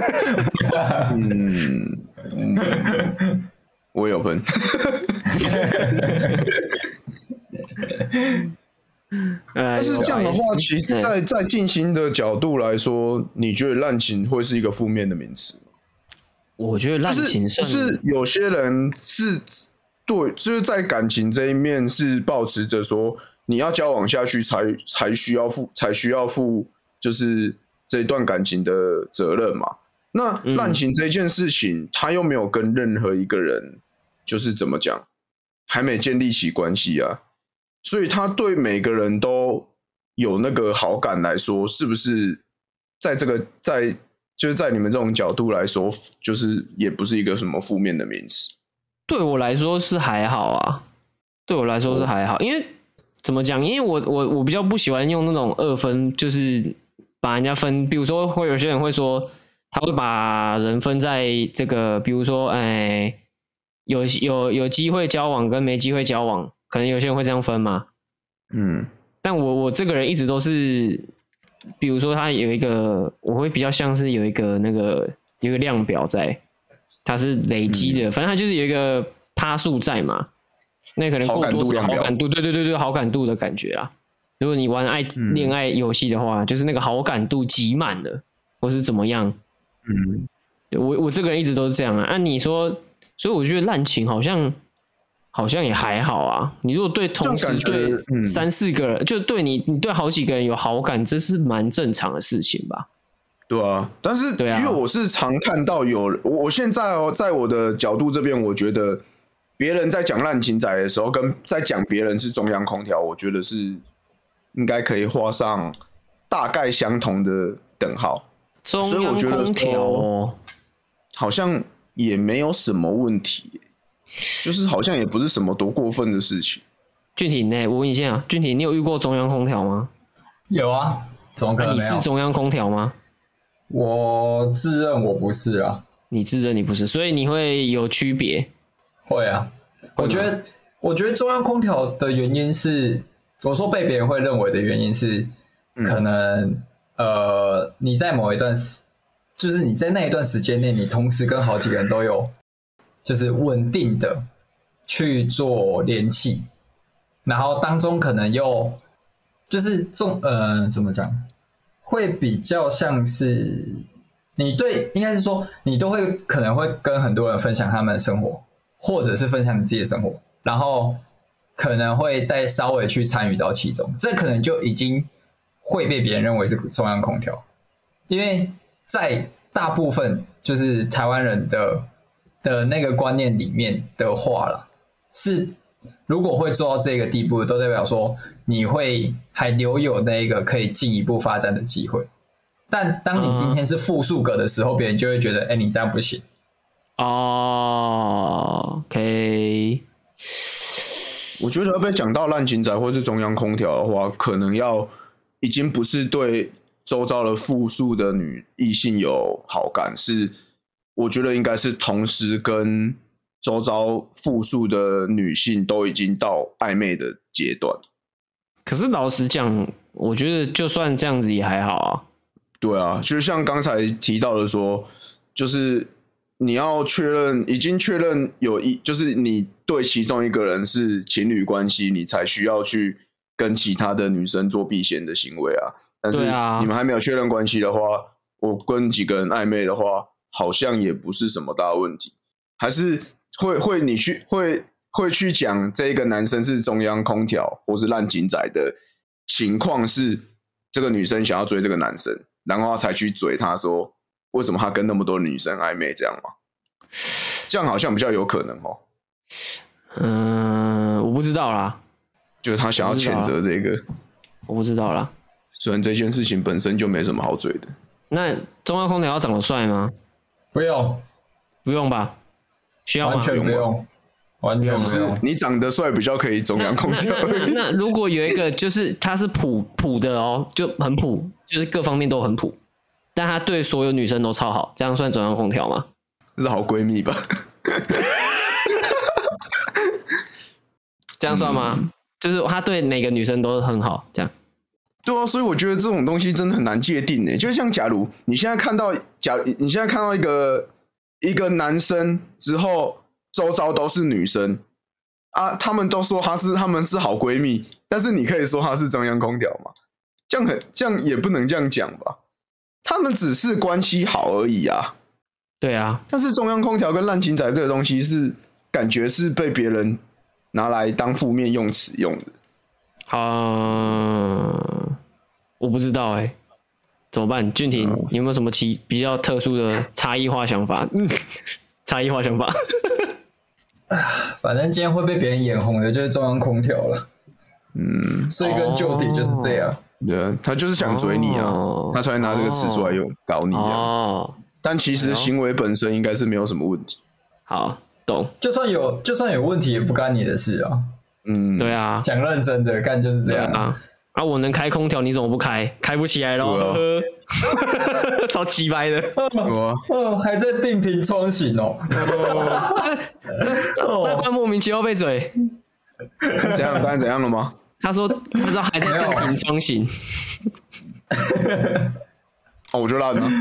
B: 嗯，我也有喷。但是这样的话，其实在在静心的角度来说，你觉得滥情会是一个负面的名词吗？
A: 我觉得滥情
B: 是就是有些人是对，就是在感情这一面是抱持着说，你要交往下去才才需要负才需要负就是这一段感情的责任嘛。那滥情这件事情，他又没有跟任何一个人，就是怎么讲，还没建立起关系啊。所以他对每个人都有那个好感来说，是不是在这个在就是在你们这种角度来说，就是也不是一个什么负面的名词？
A: 对我来说是还好啊，对我来说是还好，因为怎么讲？因为我我我比较不喜欢用那种二分，就是把人家分，比如说会有些人会说，他会把人分在这个，比如说，哎，有有有机会交往跟没机会交往。可能有些人会这样分嘛，嗯，但我我这个人一直都是，比如说他有一个，我会比较像是有一个那个有一个量表在，它是累积的，嗯、反正它就是有一个趴数在嘛，那可能过多少好感度，对对对对，好感度的感觉啊。如果你玩爱恋爱游戏的话，就是那个好感度集满了，或是怎么样，嗯，我我这个人一直都是这样啊。按、啊、你说，所以我觉得滥情好像。好像也还好啊。你如果对同时对三四个人，嗯、就对你，你对好几个人有好感，这是蛮正常的事情吧？
B: 对啊，但是因为我是常看到有，我现在哦，在我的角度这边，我觉得别人在讲滥情仔的时候，跟在讲别人是中央空调，我觉得是应该可以画上大概相同的等号。
A: 中央空调哦，
B: 好像也没有什么问题。就是好像也不是什么多过分的事情。
A: 俊廷呢？我问一下，俊廷，你有遇过中央空调吗？
C: 有啊，怎么可能没有？
A: 啊、你是中央空调吗？
C: 我自认我不是啊。
A: 你自认你不是，所以你会有区别？
C: 会啊，我觉得，我觉得中央空调的原因是，我说被别人会认为的原因是，可能、嗯、呃你在某一段时，就是你在那一段时间内，你同时跟好几个人都有。就是稳定的去做联系，然后当中可能又就是重呃怎么讲，会比较像是你对，应该是说你都会可能会跟很多人分享他们的生活，或者是分享你自己的生活，然后可能会再稍微去参与到其中，这可能就已经会被别人认为是中央空调，因为在大部分就是台湾人的。的那个观念里面的话啦，是如果会做到这个地步，都代表说你会还留有那个可以进一步发展的机会。但当你今天是复数个的时候，别人就会觉得，哎、欸，你这样不行。
A: 哦 ，OK。
B: 我觉得要被讲到烂情仔或是中央空调的话，可能要已经不是对周遭的复数的女异性有好感，是我觉得应该是同时跟周遭复数的女性都已经到暧昧的阶段。
A: 可是老实讲，我觉得就算这样子也还好啊。
B: 对啊，就像刚才提到的说，就是你要确认，已经确认有一，就是你对其中一个人是情侣关系，你才需要去跟其他的女生做避嫌的行为啊。但是你们还没有确认关系的话，我跟几个人暧昧的话，好像也不是什么大问题，还是会会你去会会去讲这个男生是中央空调或是烂井仔的情况是，这个女生想要追这个男生，然后他才去追他说为什么他跟那么多女生暧昧这样吗？这样好像比较有可能哦。
A: 嗯，我不知道啦，
B: 就是他想要谴责这个，
A: 我不知道啦。
B: 虽然这件事情本身就没什么好追的。
A: 那中央空调要长得帅吗？
C: 不用，
A: 不用吧？需要吗？
C: 完全不用，完全不用。
B: 你长得帅比较可以中央空调。
A: 那, 那, 那, 那如果有一个就是他是普普的哦，就很普，就是各方面都很普，但他对所有女生都超好，这样算中央空调吗？
B: 这是好闺蜜吧？
A: 这样算吗？嗯、就是他对每个女生都很好，这样。
B: 对啊，所以我觉得这种东西真的很难界定诶。就像假如你现在看到，假如你现在看到一个一个男生之后，周遭都是女生啊，他们都说他是他们是好闺蜜，但是你可以说他是中央空调吗？这样很这样也不能这样讲吧？他们只是关系好而已啊。
A: 对啊，
B: 但是中央空调跟烂情仔这个东西是感觉是被别人拿来当负面用词用的。
A: 啊、uh, 我不知道哎、欸，怎么办？俊廷，你有没有什么其比较特殊的差异化想法？差异化想法，
C: 反正今天会被别人眼红的就是中央空调了。嗯，追根究底就是这样。
B: 对、啊，他就是想追你啊，哦、他才会拿这个词出来用搞你啊。哦，但其实行为本身应该是没有什么问题。
A: 好，懂。
C: 就算有，就算有问题，也不干你的事啊。
B: 嗯，
A: 对啊，
C: 讲认真的，干就是这样
A: 啊。啊，我能开空调，你怎么不开？开不起来咯，呵呵，超鸡掰的。
C: 哦、嗯，还在定频窗型哦。
A: 大官莫名其妙被嘴。
B: 怎样？刚才怎样了吗？
A: 他说，他说还在定频窗型。
B: 哦，我就烂了。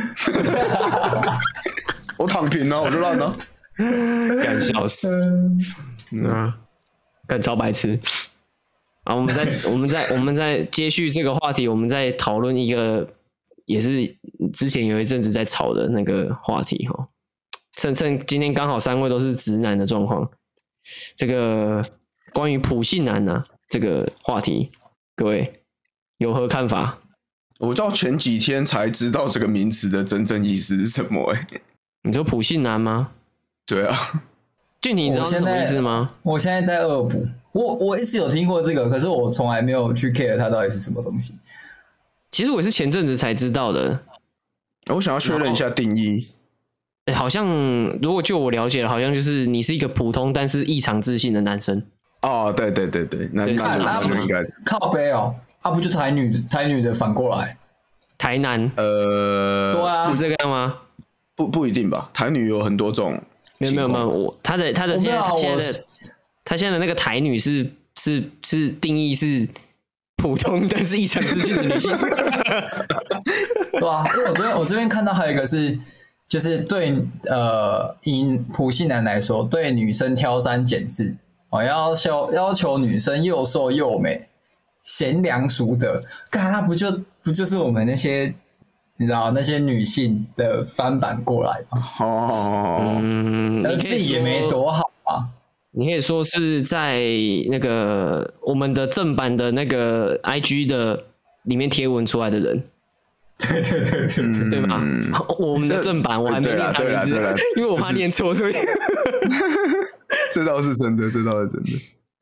B: 我躺平了，我就烂了。
A: 干笑死。嗯啊。干超白痴啊！我们在我们在我们在接续这个话题，我们在讨论一个也是之前有一阵子在吵的那个话题哈。趁趁今天刚好三位都是直男的状况，这个关于普信男啊这个话题，各位有何看法？
B: 我到前几天才知道这个名词的真正意思是什么、欸？哎，
A: 你说普信男吗？
B: 对啊。
A: 俊，你知道是什么意思吗？
C: 我现在在恶补，我我一直有聽過這個，可是我從來沒有去 care 它到底是什麼東西。
A: 其實我是前陣子才知道的。
B: 我想要確認一下定義。
A: 欸、好像如果就我了解了，好像就是你是一個普通但是異常自信的男生。
B: 哦，對對對對，那那就應該
C: 靠北哦，啊不就台女台女的反過來，
A: 台男，
B: 呃，
C: 對啊，
A: 是這個樣嗎？
B: 不不一定吧，台女有很多種。
A: 沒有沒有沒有，我他的他的現在他現在的他現在的那個台女是是是定義是普通但是異常自信的女性。
C: 對啊，因為我這邊我這邊看到還有一個是，就是對呃以普信男來說，對女生挑三揀四哦，要求要求女生又瘦又美，賢良淑德，幹他不就不就是我們那些。你知道那些女性的翻版過來嗎？
B: 哦，
A: 嗯，
C: 而自己也沒多好啊。
A: 你可以說是在那個我們的正版的那個 I G 的裡面貼文出來的人。
C: 對對對對對，
A: 嗯、對嗎？我們的正版我還沒念他名字，因為我怕念錯，所以。
B: 這倒是真的，這倒是真的。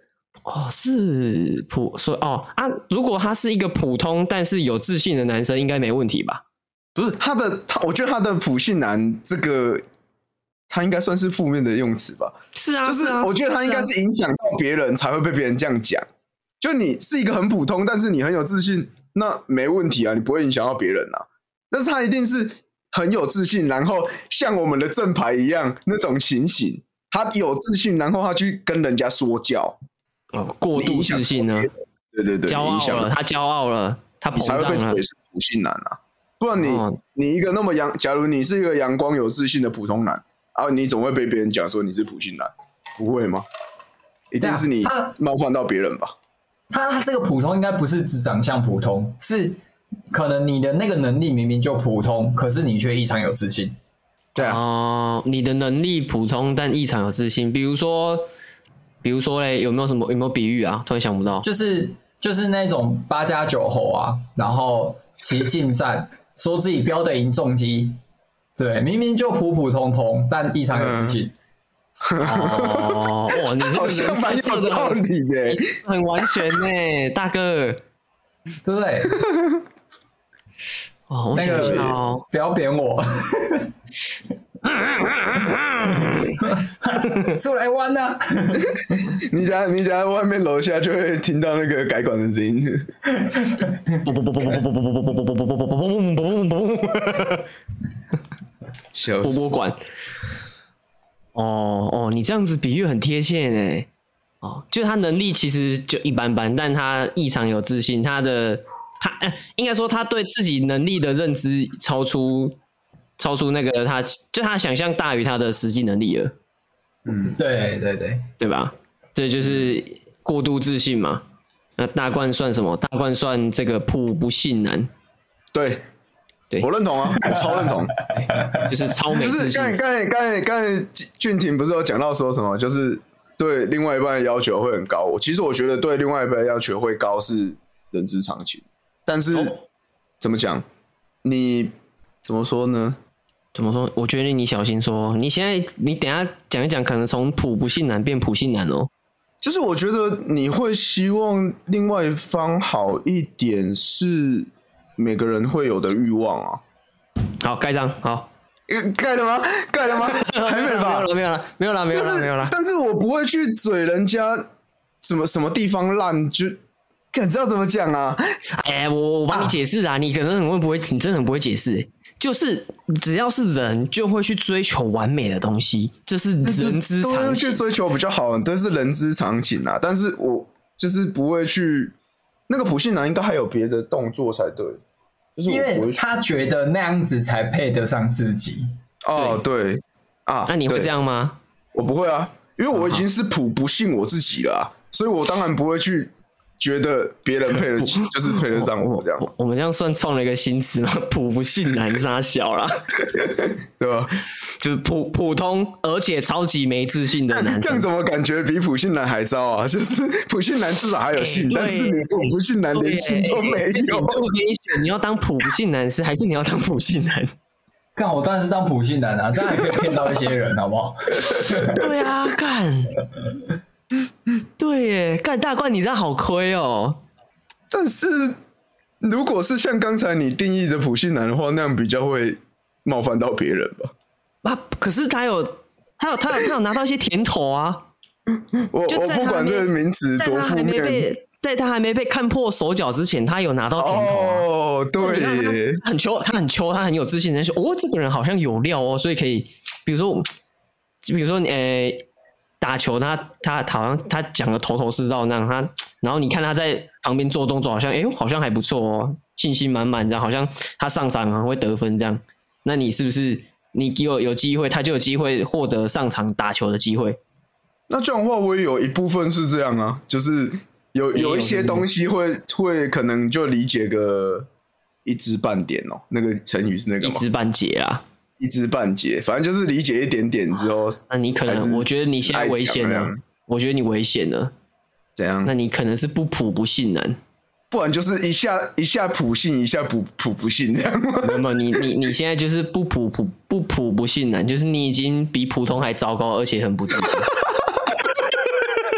A: 哦，是普所以哦啊，如果他是一个普通但是有自信的男生，应该没问题吧？
B: 不是他的他，我觉得他的普信男这个，他应该算是负面的用词吧？
A: 是啊，
B: 就是我觉得他应该是影响到别人才会被别人这样讲。就你是一个很普通，但是你很有自信，那没问题啊，你不会影响到别人啊。但是他一定是很有自信，然后像我们的正牌一样那种情形，他有自信，然后他去跟人家说教。
A: 哦，过度自信呢？
B: 对对对，
A: 骄傲了，他骄傲了，他膨胀了，
B: 才会被嘴是普信男啊。不然你、
A: 哦、
B: 你一个那么阳，假如你是一个阳光有自信的普通男啊，你总会被别人讲说你是普信男，不会吗？一定是你冒犯到别人吧？
C: 他他这个普通应该不是指长相普通，是可能你的那个能力明明就普通，可是你却异常有自信。
B: 对啊，
A: 哦、呃，你的能力普通但异常有自信，比如说，比如说嘞，有没有什么有没有比喻啊？突然想不到，
C: 就是就是那种八加九后啊，然后骑进站。说自己标的赢重机，对，明明就普普通通，但异常有自信。
A: 嗯、哦，哇，你这个人
B: 蛮有道理的，
A: 很完全呢，大哥，
C: 对不对？
A: 哦，我想一下哦，
C: 不要扁我，出来玩呐！
B: 你家你家外面楼下就会听到那个改管的声音。
A: 波波管。哦哦，你这样子比喻很贴切呢。哦，就是他能力其实就一般般，但他异常有自信，他的他、呃、应该说他对自己能力的认知超出超出那个他，就他想象大于他的实际能力了。
C: 嗯，对对对，
A: 对吧？这就是过度自信嘛。那大冠算什么？大冠算这个普不信男。
B: 对，
A: 对，
B: 我认同啊，我超认同，
A: 就是超没自信。
B: 就是刚才刚才刚才刚才俊廷不是有讲到说什么，就是对另外一半的要求会很高。我其实我觉得对另外一半的要求会高是人之常情，但是、哦、怎么讲？你怎么说呢？
A: 怎么说？我觉得你小心说，你现在你等一下讲一讲，可能从普不信男变普信男哦。
B: 就是我觉得你会希望另外一方好一点，是每个人会有的欲望啊。
A: 好，盖章，好，
B: 盖了吗？盖了吗？还没吧？
A: 没有了，没有了，没有了，没有了。
B: 但是我不会去嘴人家什么什么地方烂，就看知道怎么讲啊？
A: 哎，我我帮你解释啊，你可能很会不会，你真的很不会解释、欸。就是只要是人，就会去追求完美的东西，这是人之常情。
B: 都会去追求比较好，都是人之常情啊。但是我就是不会去，那个普信男应该还有别的动作才对，就是
C: 因为他觉得那样子才配得上自己。
B: 哦，对啊，
A: 那你会这样吗？
B: 我不会啊，因为我已经是普不信我自己了、啊，所以我当然不会去。觉得别人配得起，就是配得上我这样。
A: 我, 我们这样算创了一个新词吗？普不信男杀小啦，
B: 对吧？
A: 就是普普通而且超级没自信的男生。
B: 这样怎么感觉比普信男还糟啊？就是普信男至少还有信，欸、但是你普不信男连信都没有。
A: 我给你选，你要当普不信男是还是你要当普信男？
C: 干，我当然是当普信男啊，这样还可以骗到一些人，好不好？
A: 对啊，干。对耶，干大冠，你这样好亏哦。
B: 但是如果是像刚才你定义的普信男的话，那样比较会冒犯到别人吧？
A: 啊，可是他有，他有，他有，他有拿到一些甜头啊。
B: 我我不管这个名词多负面，
A: 在他还没被看破手脚之前，他有拿到甜头、啊。
B: 哦，对，
A: 他很秋，他很秋，他很有自信，人说哦，这个人好像有料哦，所以可以，比如说，比如说，呃、欸。打球他，他他好像他讲的头头是道那样，他然后你看他在旁边做动作，好像哎、欸，好像还不错哦，信心满满这样，好像他上场很会得分这样。那你是不是你有有机会，他就有机会获得上场打球的机会？
B: 那这样的话，我也有一部分是这样啊，就是有有一些东西会会可能就理解个一知半点哦，那个成语是那个吗？
A: 一知半解啦。
B: 一知半解，反正就是理解一点点之后，
A: 那你可能，我觉得你现在危险了，我觉得你危险了，
B: 怎样？
A: 那你可能是不普不信男，
B: 不然就是一下一下普信，一下普普不信这样吗？
A: 没有，你你你现在就是不普普不普不信男，就是你已经比普通还糟糕，而且很不自信。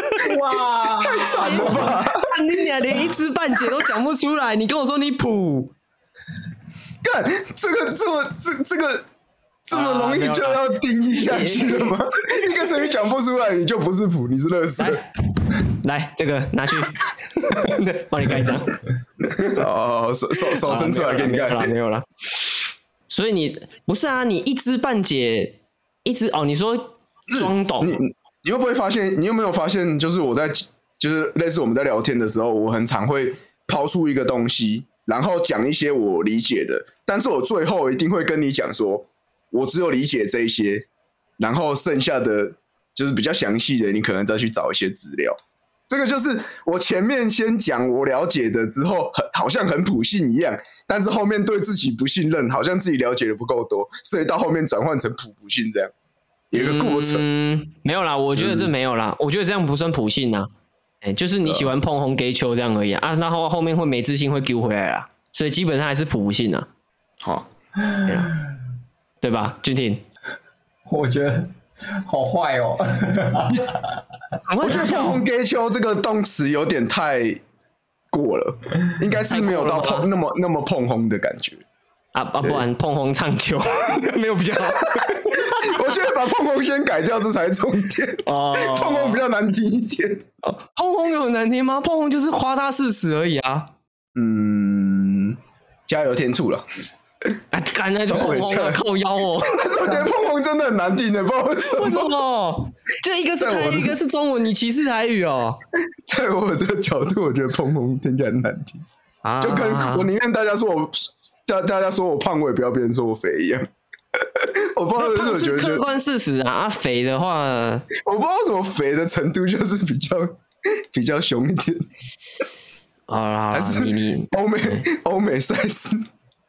C: 吧？
B: 太惨了吧！
A: 看你俩连一知半解都讲不出来，你跟我说你普，
B: 干这个这么这这个这么容易就要定义下去了吗？一个成语讲不出来，你就不是普，你是垃圾。
A: 来，来这个拿去，帮你盖章。
B: 哦，手手手伸出来给你盖，
A: 没有了，没有了。所以你不是啊？你一知半解，一知哦，你说装懂，
B: 你你会不会发现？你有没有发现？就是我在就是类似我们在聊天的时候，我很常会抛出一个东西，然后讲一些我理解的，但是我最后一定会跟你讲说，我只有理解这一些，然后剩下的就是比较详细的，你可能再去找一些资料。这个就是我前面先讲我了解的之后，好像很普信一样，但是后面对自己不信任，好像自己了解的不够多，所以到后面转换成普不信这样，有一个过程。
A: 嗯，没有啦，我觉得这没有啦，我觉得这样不算普信啊。哎、欸，就是你喜欢碰红给球这样而已啊，啊然后后面会没自信会丢回来啊，所以基本上还是普不信啊。
B: 好，
A: 对啦，对吧，君婷？
C: 我觉得好坏哦。
B: 我觉得碰红给球这个动词有点太过了，应该是没有到碰那么那么碰红的感觉。
A: 啊啊，不然碰红唱球没有比较好。
B: 我觉得把碰红先改掉，这才是重点。哦，碰红比较难听一点。
A: 哦，碰红有很难听吗？碰红就是夸大事实而已啊。
B: 嗯，加油添醋了。
A: 啊，干那就碰红了，靠腰哦。
B: 但是我觉得碰红真的很难听的，不知道为什么。
A: 为什么？就一个是台语，一个是中文，你歧视台语哦？
B: 在我的角度，我觉得碰红听起来很难听。啊，就跟我宁愿大家说我，大大家说我胖，我也不要别人说我肥一样。我不知道为什么觉得
A: 客观事实啊，啊肥的话，
B: 我不知道为什么肥的程度就是比较比较凶一点。
A: 啊，还是你
B: 欧美欧美赛事，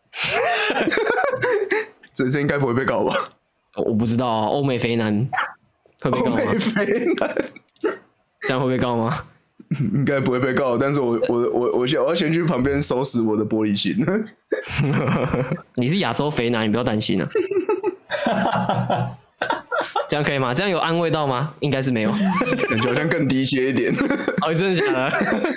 B: 这这应该不会被告吧？
A: 我不知道啊，欧美肥男会被告吗？
B: 欧美肥男
A: 这样会被告吗？
B: 应该不会被告，但是我我我我先我要先去旁边收拾我的玻璃心。
A: 你是亚洲肥男，你不要担心啊。这样可以吗？这样有安慰到吗？应该是没有，
B: 感觉好像更低阶一点。
A: 哦，真的假的？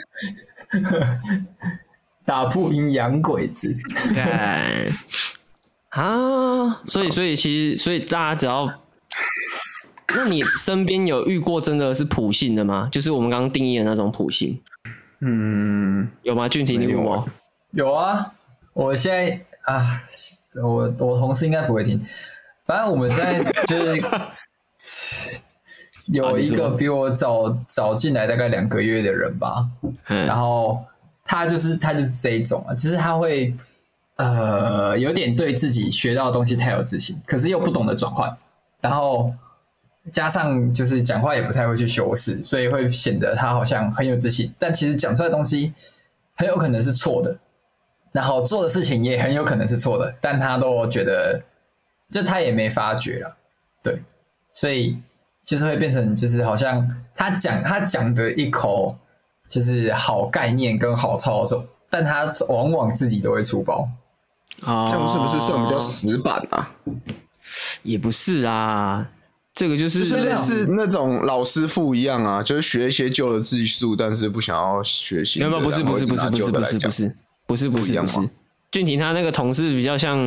C: 打不赢洋鬼子。
A: 看啊，所以所以其实所以大家只要。那你身边有遇过真的是普信的吗？就是我们刚刚定义的那种普信。
B: 嗯，
A: 有吗？俊廷，你有吗？
C: 有啊，我现在啊，我我同事应该不会听。反正我们现在就是有一个比我早早进来大概两个月的人吧，嗯、然后他就是他就是这一种啊，就是他会呃有点对自己学到的东西太有自信，可是又不懂得转换，然后。加上就是讲话也不太会去修饰，所以会显得他好像很有自信，但其实讲出来的东西很有可能是错的，然后做的事情也很有可能是错的，但他都觉得，就他也没发觉了，对，所以就是会变成就是好像他讲他讲的一口就是好概念跟好操作，但他往往自己都会出包，
B: 哦，这样是不是算比较死板啊？
A: 也不是啊。这个就是
B: 就是类似那种老师傅一样啊，就是学一些旧的技术，但是不想要学新的。
A: 没有，不是，不是，不是，不是，不是，不是，不是，不是，不是，不是。俊廷他那个同事比较像，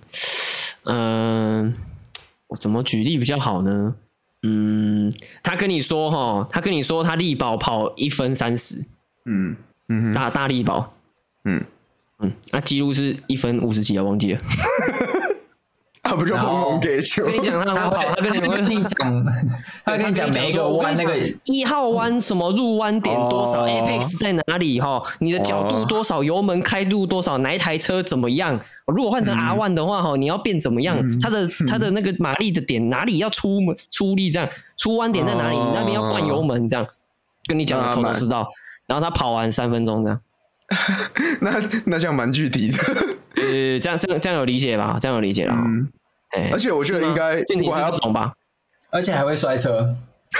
A: 嗯、呃，我怎么举例比较好呢？嗯，他跟你说哈，他跟你说他力保跑一分三十，嗯嗯，大大力保，嗯嗯，那记录是一分五十几啊，忘记了。
B: 他不就碰红给球？
A: 跟你讲，他会，他跟你跟你讲，
C: 他跟你讲每一个弯那个
A: 一号弯什么入弯点多少 ，apex 在哪里哈？你的角度多少，油门开度多少，哪一台车怎么样？如果换成 R 一 的话哈，你要变怎么样？它的它的那个马力的点哪里要出出力？这样出弯点在哪里？你那边要灌油门这样，跟你讲的头头是道。然后他跑完三分钟这样，
B: 那那这样蛮具体的。
A: 呃，这样这样这样有理解吧？这样有理解了。嗯，
B: 欸、而且我觉得应该，
A: 就你是这种吧，
C: 而且还会摔车，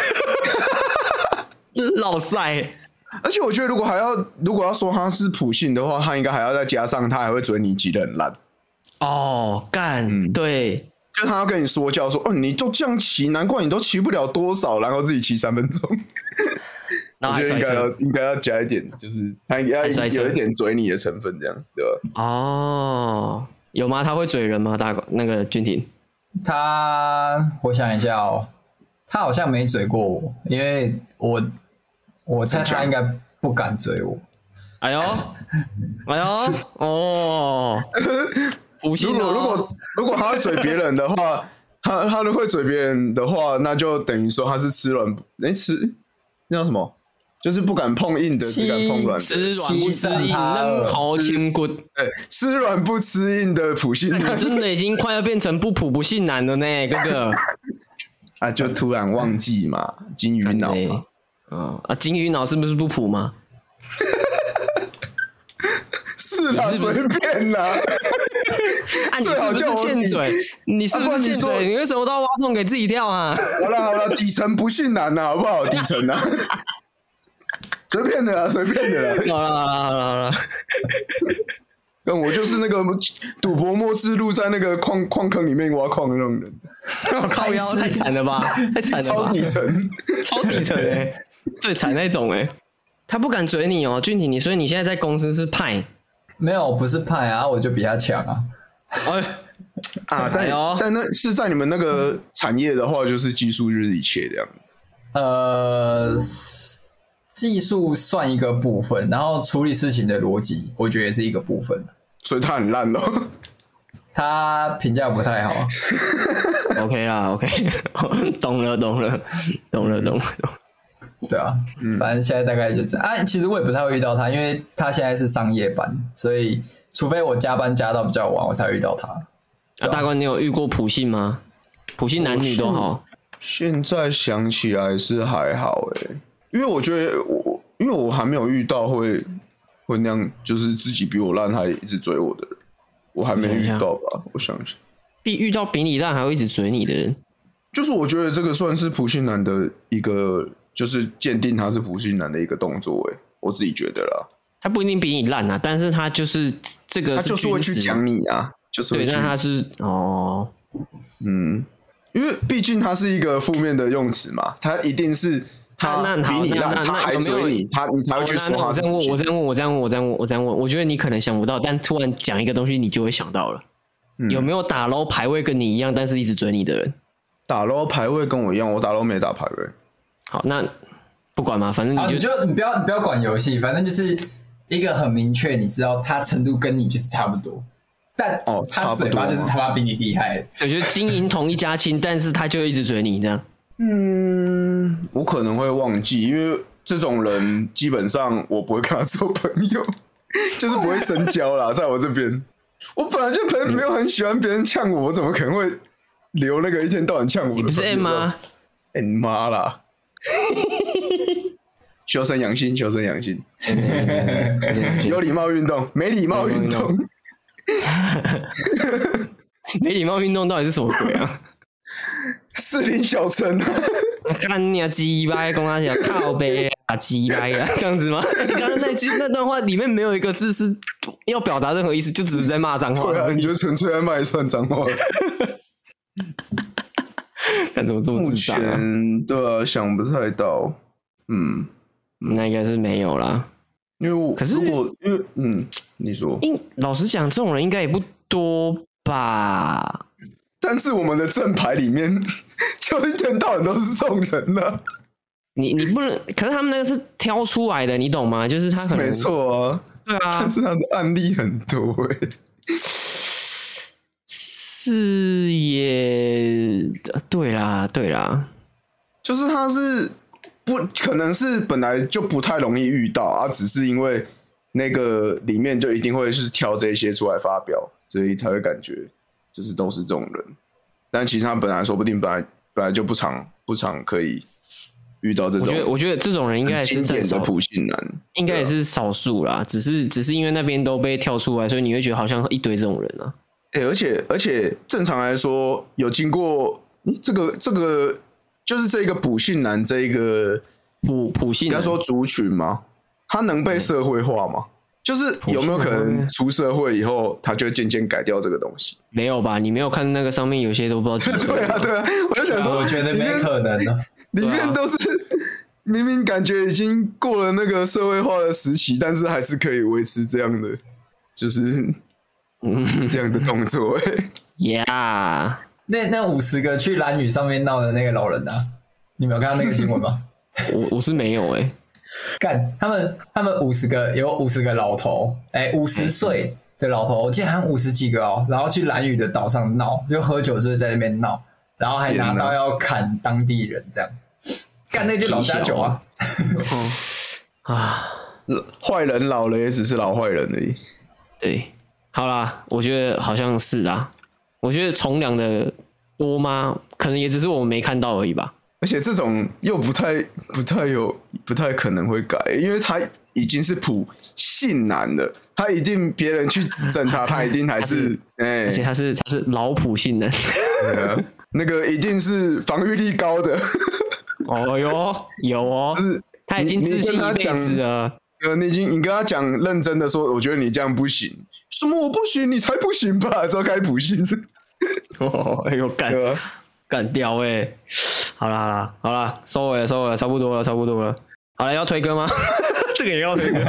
A: 老塞。
B: 而且我觉得，如果还要如果要说他是普信的话，他应该还要再加上他还会嘴你骑得很烂。
A: 哦，干、嗯，对，
B: 就他要跟你说教说，哦，你都这样骑，难怪你都骑不了多少，然后自己骑三分钟。
A: 然后
B: 我觉得应该
A: 还摔车
B: 要应该要加一点，就是他应该
A: 还摔车
B: 有一点嘴你的成分，这样对吧？
A: 哦，有吗？他会嘴人吗？大那个俊廷，
C: 他，我想一下哦，他好像没嘴过我，因为我我猜他应该不敢嘴我。
A: 哎呦，哎呦，哦，不信哦。
B: 如果如果如果他会嘴别人的话，他他如果会嘴别人的话，那就等于说他是吃软，哎、吃那叫什么？就是不敢碰硬的，只敢碰软的。
A: 吃软不吃硬，扔头轻骨。
B: 哎，吃软不吃硬的普信男，
A: 你真的已经快要变成不普不信男了呢，哥哥。
B: 啊，就突然忘记嘛，金鱼脑嘛。
A: 啊啊，金鱼脑是不是不普吗？
B: 是啦，随便啦。
A: 啊，你是不是欠嘴？你是不是欠嘴？你为什么都要挖洞给自己跳啊？
B: 好了好了，底层不信男呐，好不好？底层啊，随便的啦，随便的啦。
A: 好了好了好了好了。
B: 跟我就是那个赌博末之路，在那个矿矿坑里面挖矿的那种人。
A: 我靠腰，太惨了吧，太惨了吧，
B: 超底层，
A: 超底层哎，最惨那种哎。他不敢嘴你哦，俊廷，你所以你现在在公司是派？
C: 没有，不是派啊，我就比他强啊。
A: 哎
B: 啊，在在那是在你们那个产业的话，就是技术就是一切这样。
C: 呃，技术算一个部分，然后处理事情的逻辑，我觉得也是一个部分。
B: 所以他很烂咯。
C: 他评价不太好。
A: OK 啦 ，OK， 懂了懂了懂了懂了。
C: 对啊，嗯、反正现在大概就这样啊。其实我也不太会遇到他，因为他现在是上夜班，所以除非我加班加到比较晚，我才会遇到他。
A: 啊，大官，你有遇过普信吗？普信男女都好。
B: 现在想起来是还好哎、欸，因为我觉得我，因为我还没有遇到会会那样，就是自己比我烂还一直追我的人，我还没遇到吧？我想一下，
A: 必遇到比你烂还会一直追你的人，
B: 就是我觉得这个算是普信男的一个。就是鉴定他是普信男的一个动作，哎，我自己觉得啦。
A: 他不一定比你烂啊，但是他就是这个是，
B: 他就是会去讲你啊，就是
A: 对，但他是哦，
B: 嗯，因为毕竟他是一个负面的用词嘛，他一定是他比你烂，他还追你，他你才会去说他。
A: 我这样问，我这样问，我这样问，我这样问，我这样问，我觉得你可能想不到，但突然讲一个东西，你就会想到了。嗯、有没有打 low 排位跟你一样，但是一直追你的人？
B: 打 low 排位跟我一样，我打 low 没打排位。
A: 好，那不管嘛，反正你就、
C: 啊、你就你不要你不要管游戏，反正就是一个很明确，你知道他程度跟你就是差不多，但
B: 哦，
C: 他嘴巴就是他妈比你厉害。
A: 我觉得经营同一家亲，但是他就一直追你这样。
B: 嗯，我可能会忘记，因为这种人基本上我不会跟他做朋友，就是不会深交啦。在我这边，我本来就朋没有很喜欢别人呛我，我怎么可能会留那个一天到晚呛我的？
A: 你不是 M 吗？
B: 哎你妈啦！修身养性，修身养性，有礼貌运动，没礼貌运动，
A: 没礼貌运动到底是什么鬼啊？
B: 士林小城啊！
A: 看你啊，鸡掰，公他讲靠背啊，鸡掰啊，这样子吗？你刚刚那句那段话里面没有一个字是要表达任何意思，就只是在骂脏话。
B: 对啊，你就纯粹在骂一串脏话。
A: 看怎么这么智障啊？
B: 对啊，想不太到。嗯，
A: 那应该是没有啦。
B: 因为我
A: 可是
B: 如果因为嗯，你说，
A: 老实讲，这种人应该也不多吧？
B: 但是我们的正牌里面，就一天到晚都是这种人呢、啊。
A: 你你不能，可是他们那个是挑出来的，你懂吗？就是他可能
B: 没错啊，
A: 对啊，
B: 但是他的案例很多哎、欸。
A: 是也对啦，对啦，
B: 就是他是不可能是本来就不太容易遇到啊，只是因为那个里面就一定会是挑这些出来发表，所以才会感觉就是都是这种人。但其实他本来说不定本来本来就不常不常可以遇到这种。
A: 我觉得我觉得这种人应该也是
B: 经典的普信男，
A: 应该也是少数啦。只是只是因为那边都被跳出来，所以你会觉得好像一堆这种人啊。
B: 欸、而且而且正常来说，有经过这个这个就是这个普信男这一个
A: 普普信男，
B: 应该说族群吗？他能被社会化吗？就是有没有可能出社会以后，他就渐渐改掉这个东西？
A: 没有吧？你没有看那个上面有些都不知道几岁。
B: 对啊，对啊，我就想说，
C: 我觉得没可能的、啊，
B: 里面都是明明感觉已经过了那个社会化的时期，但是还是可以维持这样的，就是这样的动作、欸。
A: Yeah，
C: 那那五十个去兰屿上面闹的那个老人啊，你没有看到那个新闻吗？
A: 我我是没有哎、欸，
C: 干，他们他们五十个有五十个老头，哎、欸，五十岁的老头，我记得好像五十几个哦，然后去兰屿的岛上闹，就喝酒就是在那边闹，然后还拿刀要砍当地人这样，干那就老家酒啊，
A: 啊，
B: 坏人老了也只是老坏人而已。
A: 对，好啦，我觉得好像是啦，我觉得从良的多吗？可能也只是我们没看到而已吧。
B: 而且这种又不太不太有不太可能会改，因为他已经是普信男了，他一定别人去指正他，他一定还是哎，
A: 而且他是他是老普信人，
B: 啊、那个一定是防御力高的。
A: 哦哟，有哦，
B: 是
A: 他已经自信一辈子了。
B: 呃，你已经你跟他讲认真的说，我觉得你这样不行，什么我不行，你才不行吧？之后开始普信，
A: 哦，哎呦干干掉哎、欸！好啦好啦好啦，收尾了收尾了，差不多了差不多了。好了，要推歌吗？这个也要推歌。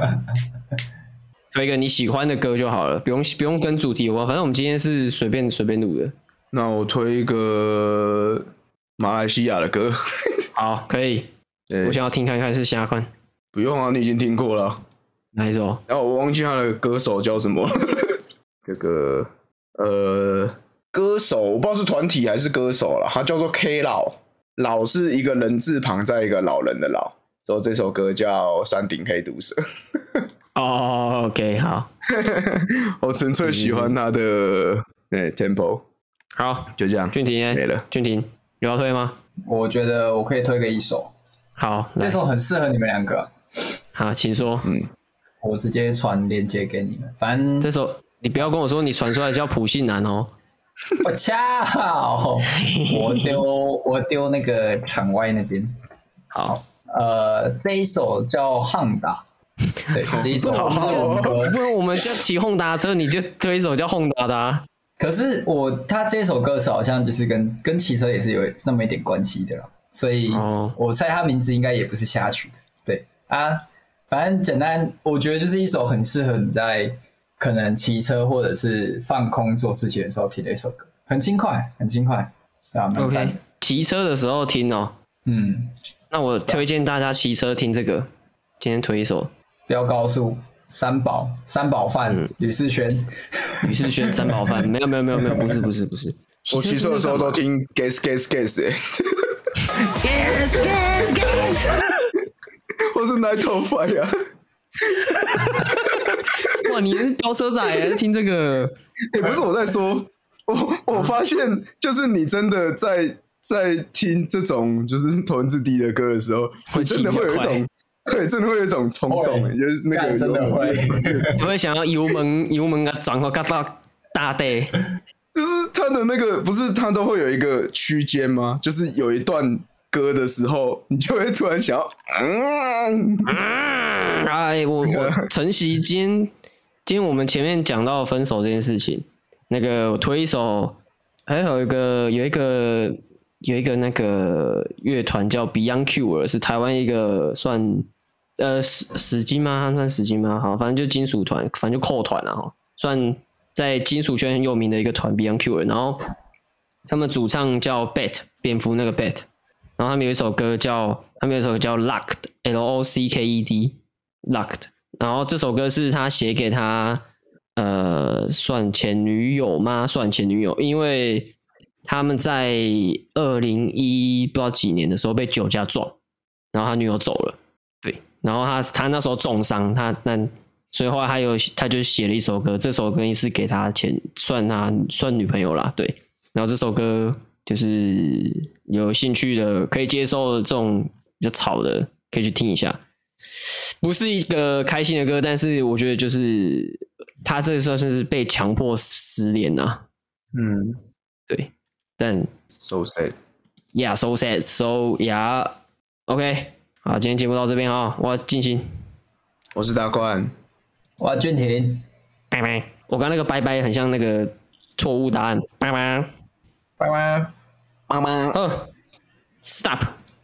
A: 推一个你喜欢的歌就好了，不用不用跟主题有关，反正我们今天是随便随便录的。
B: 那我推一个马来西亚的歌。
A: 好，可以。我想要听看看是瞎看。
B: 不用啊，你已经听过了。
A: 哪一首？
B: 然后我忘记他的歌手叫什么。这个呃，歌手我不知道是团体还是歌手啦，他叫做 K 老，老是一个人字旁在一个老人的老。之后这首歌叫《山顶黑毒蛇》。
A: 哦、oh, ，OK， 好。
B: 我纯粹喜欢他的对 tempo。
A: 好，
B: 就这样，
A: 俊廷
B: 没了。
A: 俊廷有要推吗？
C: 我觉得我可以推个一首。
A: 好，
C: 这首很适合你们两个。
A: 好，请说。
B: 嗯，
C: 我直接传链接给你们。反正
A: 这首你不要跟我说你传出来叫普信男哦。
C: 我操！我丢我丢那个场外那边。
A: 好，
C: 呃，这一首叫《汉达》，对，是一首中歌。
A: 不然我们叫骑轰达车，你就推一首叫轰达的啊。
C: 可是我他这首歌词好像就是跟跟骑车也是有那么一点关系的啦，所以我猜他名字应该也不是瞎取的。对啊，反正简单，我觉得就是一首很适合你在可能骑车或者是放空做事情的时候听的一首歌，很轻快，很轻快，对啊，蛮赞的。
A: OK， 骑车的时候听哦。
C: 嗯，
A: 那我推荐大家骑车听这个，今天推一首。
C: 飙高速。三宝，三宝饭，嗯、吕世轩，
A: 吕世轩三宝饭，没有没有没有没有，不是不是不是，
B: 我骑车的时候都听 gas gas gas 哎、欸、，gas gas gas， 或是 Night of Fire。
A: 哇，你是飙车仔哎，听这个？
B: 也、欸、不是我在说，我我发现就是你真的在在听这种就是头文字 D 的歌的时候，你真的会有一种。对，真的会有一种冲动，就是那个
C: 真的会，
A: 你会想要油门油门啊转个嘎到大地，
B: 就是他的那个不是他都会有一个区间吗？就是有一段歌的时候，你就会突然想要，嗯，
A: 嗯哎，我我承袭今天今天我们前面讲到分手这件事情，那个我推一首，还有一个有一个有一个那个乐团叫 Beyond Cure， 是台湾一个算。呃，死死金吗？他们算死金吗？好，反正就金属团，反正就扣团了哈，算在金属圈很有名的一个团 Beyond Cure。然后他们主唱叫 Bat， 蝙蝠那个 Bat。然后他们有一首歌叫，他们有一首歌叫 Locked，L O C K E D，Locked。然后这首歌是他写给他呃，算前女友吗？算前女友，因为他们在二零一不知道几年的时候被酒驾撞，然后他女友走了。对，然后他他那时候重伤，他那所以后来他有他就写了一首歌，这首歌也是给他前算他算女朋友啦，对。然后这首歌就是有兴趣的可以接受这种比较吵的，可以去听一下。不是一个开心的歌，但是我觉得就是他这算是被强迫失恋啊。
B: 嗯，
A: 对，但
B: so sad，yeah
A: so sad so yeah OK。好，今天节目到这边啊，我要进行。
B: 我是大冠，
C: 我是俊廷，
A: 拜拜。我刚那个拜拜很像那个错误答案，拜拜，
C: 拜拜，
B: 拜拜。
A: 呃 ，stop。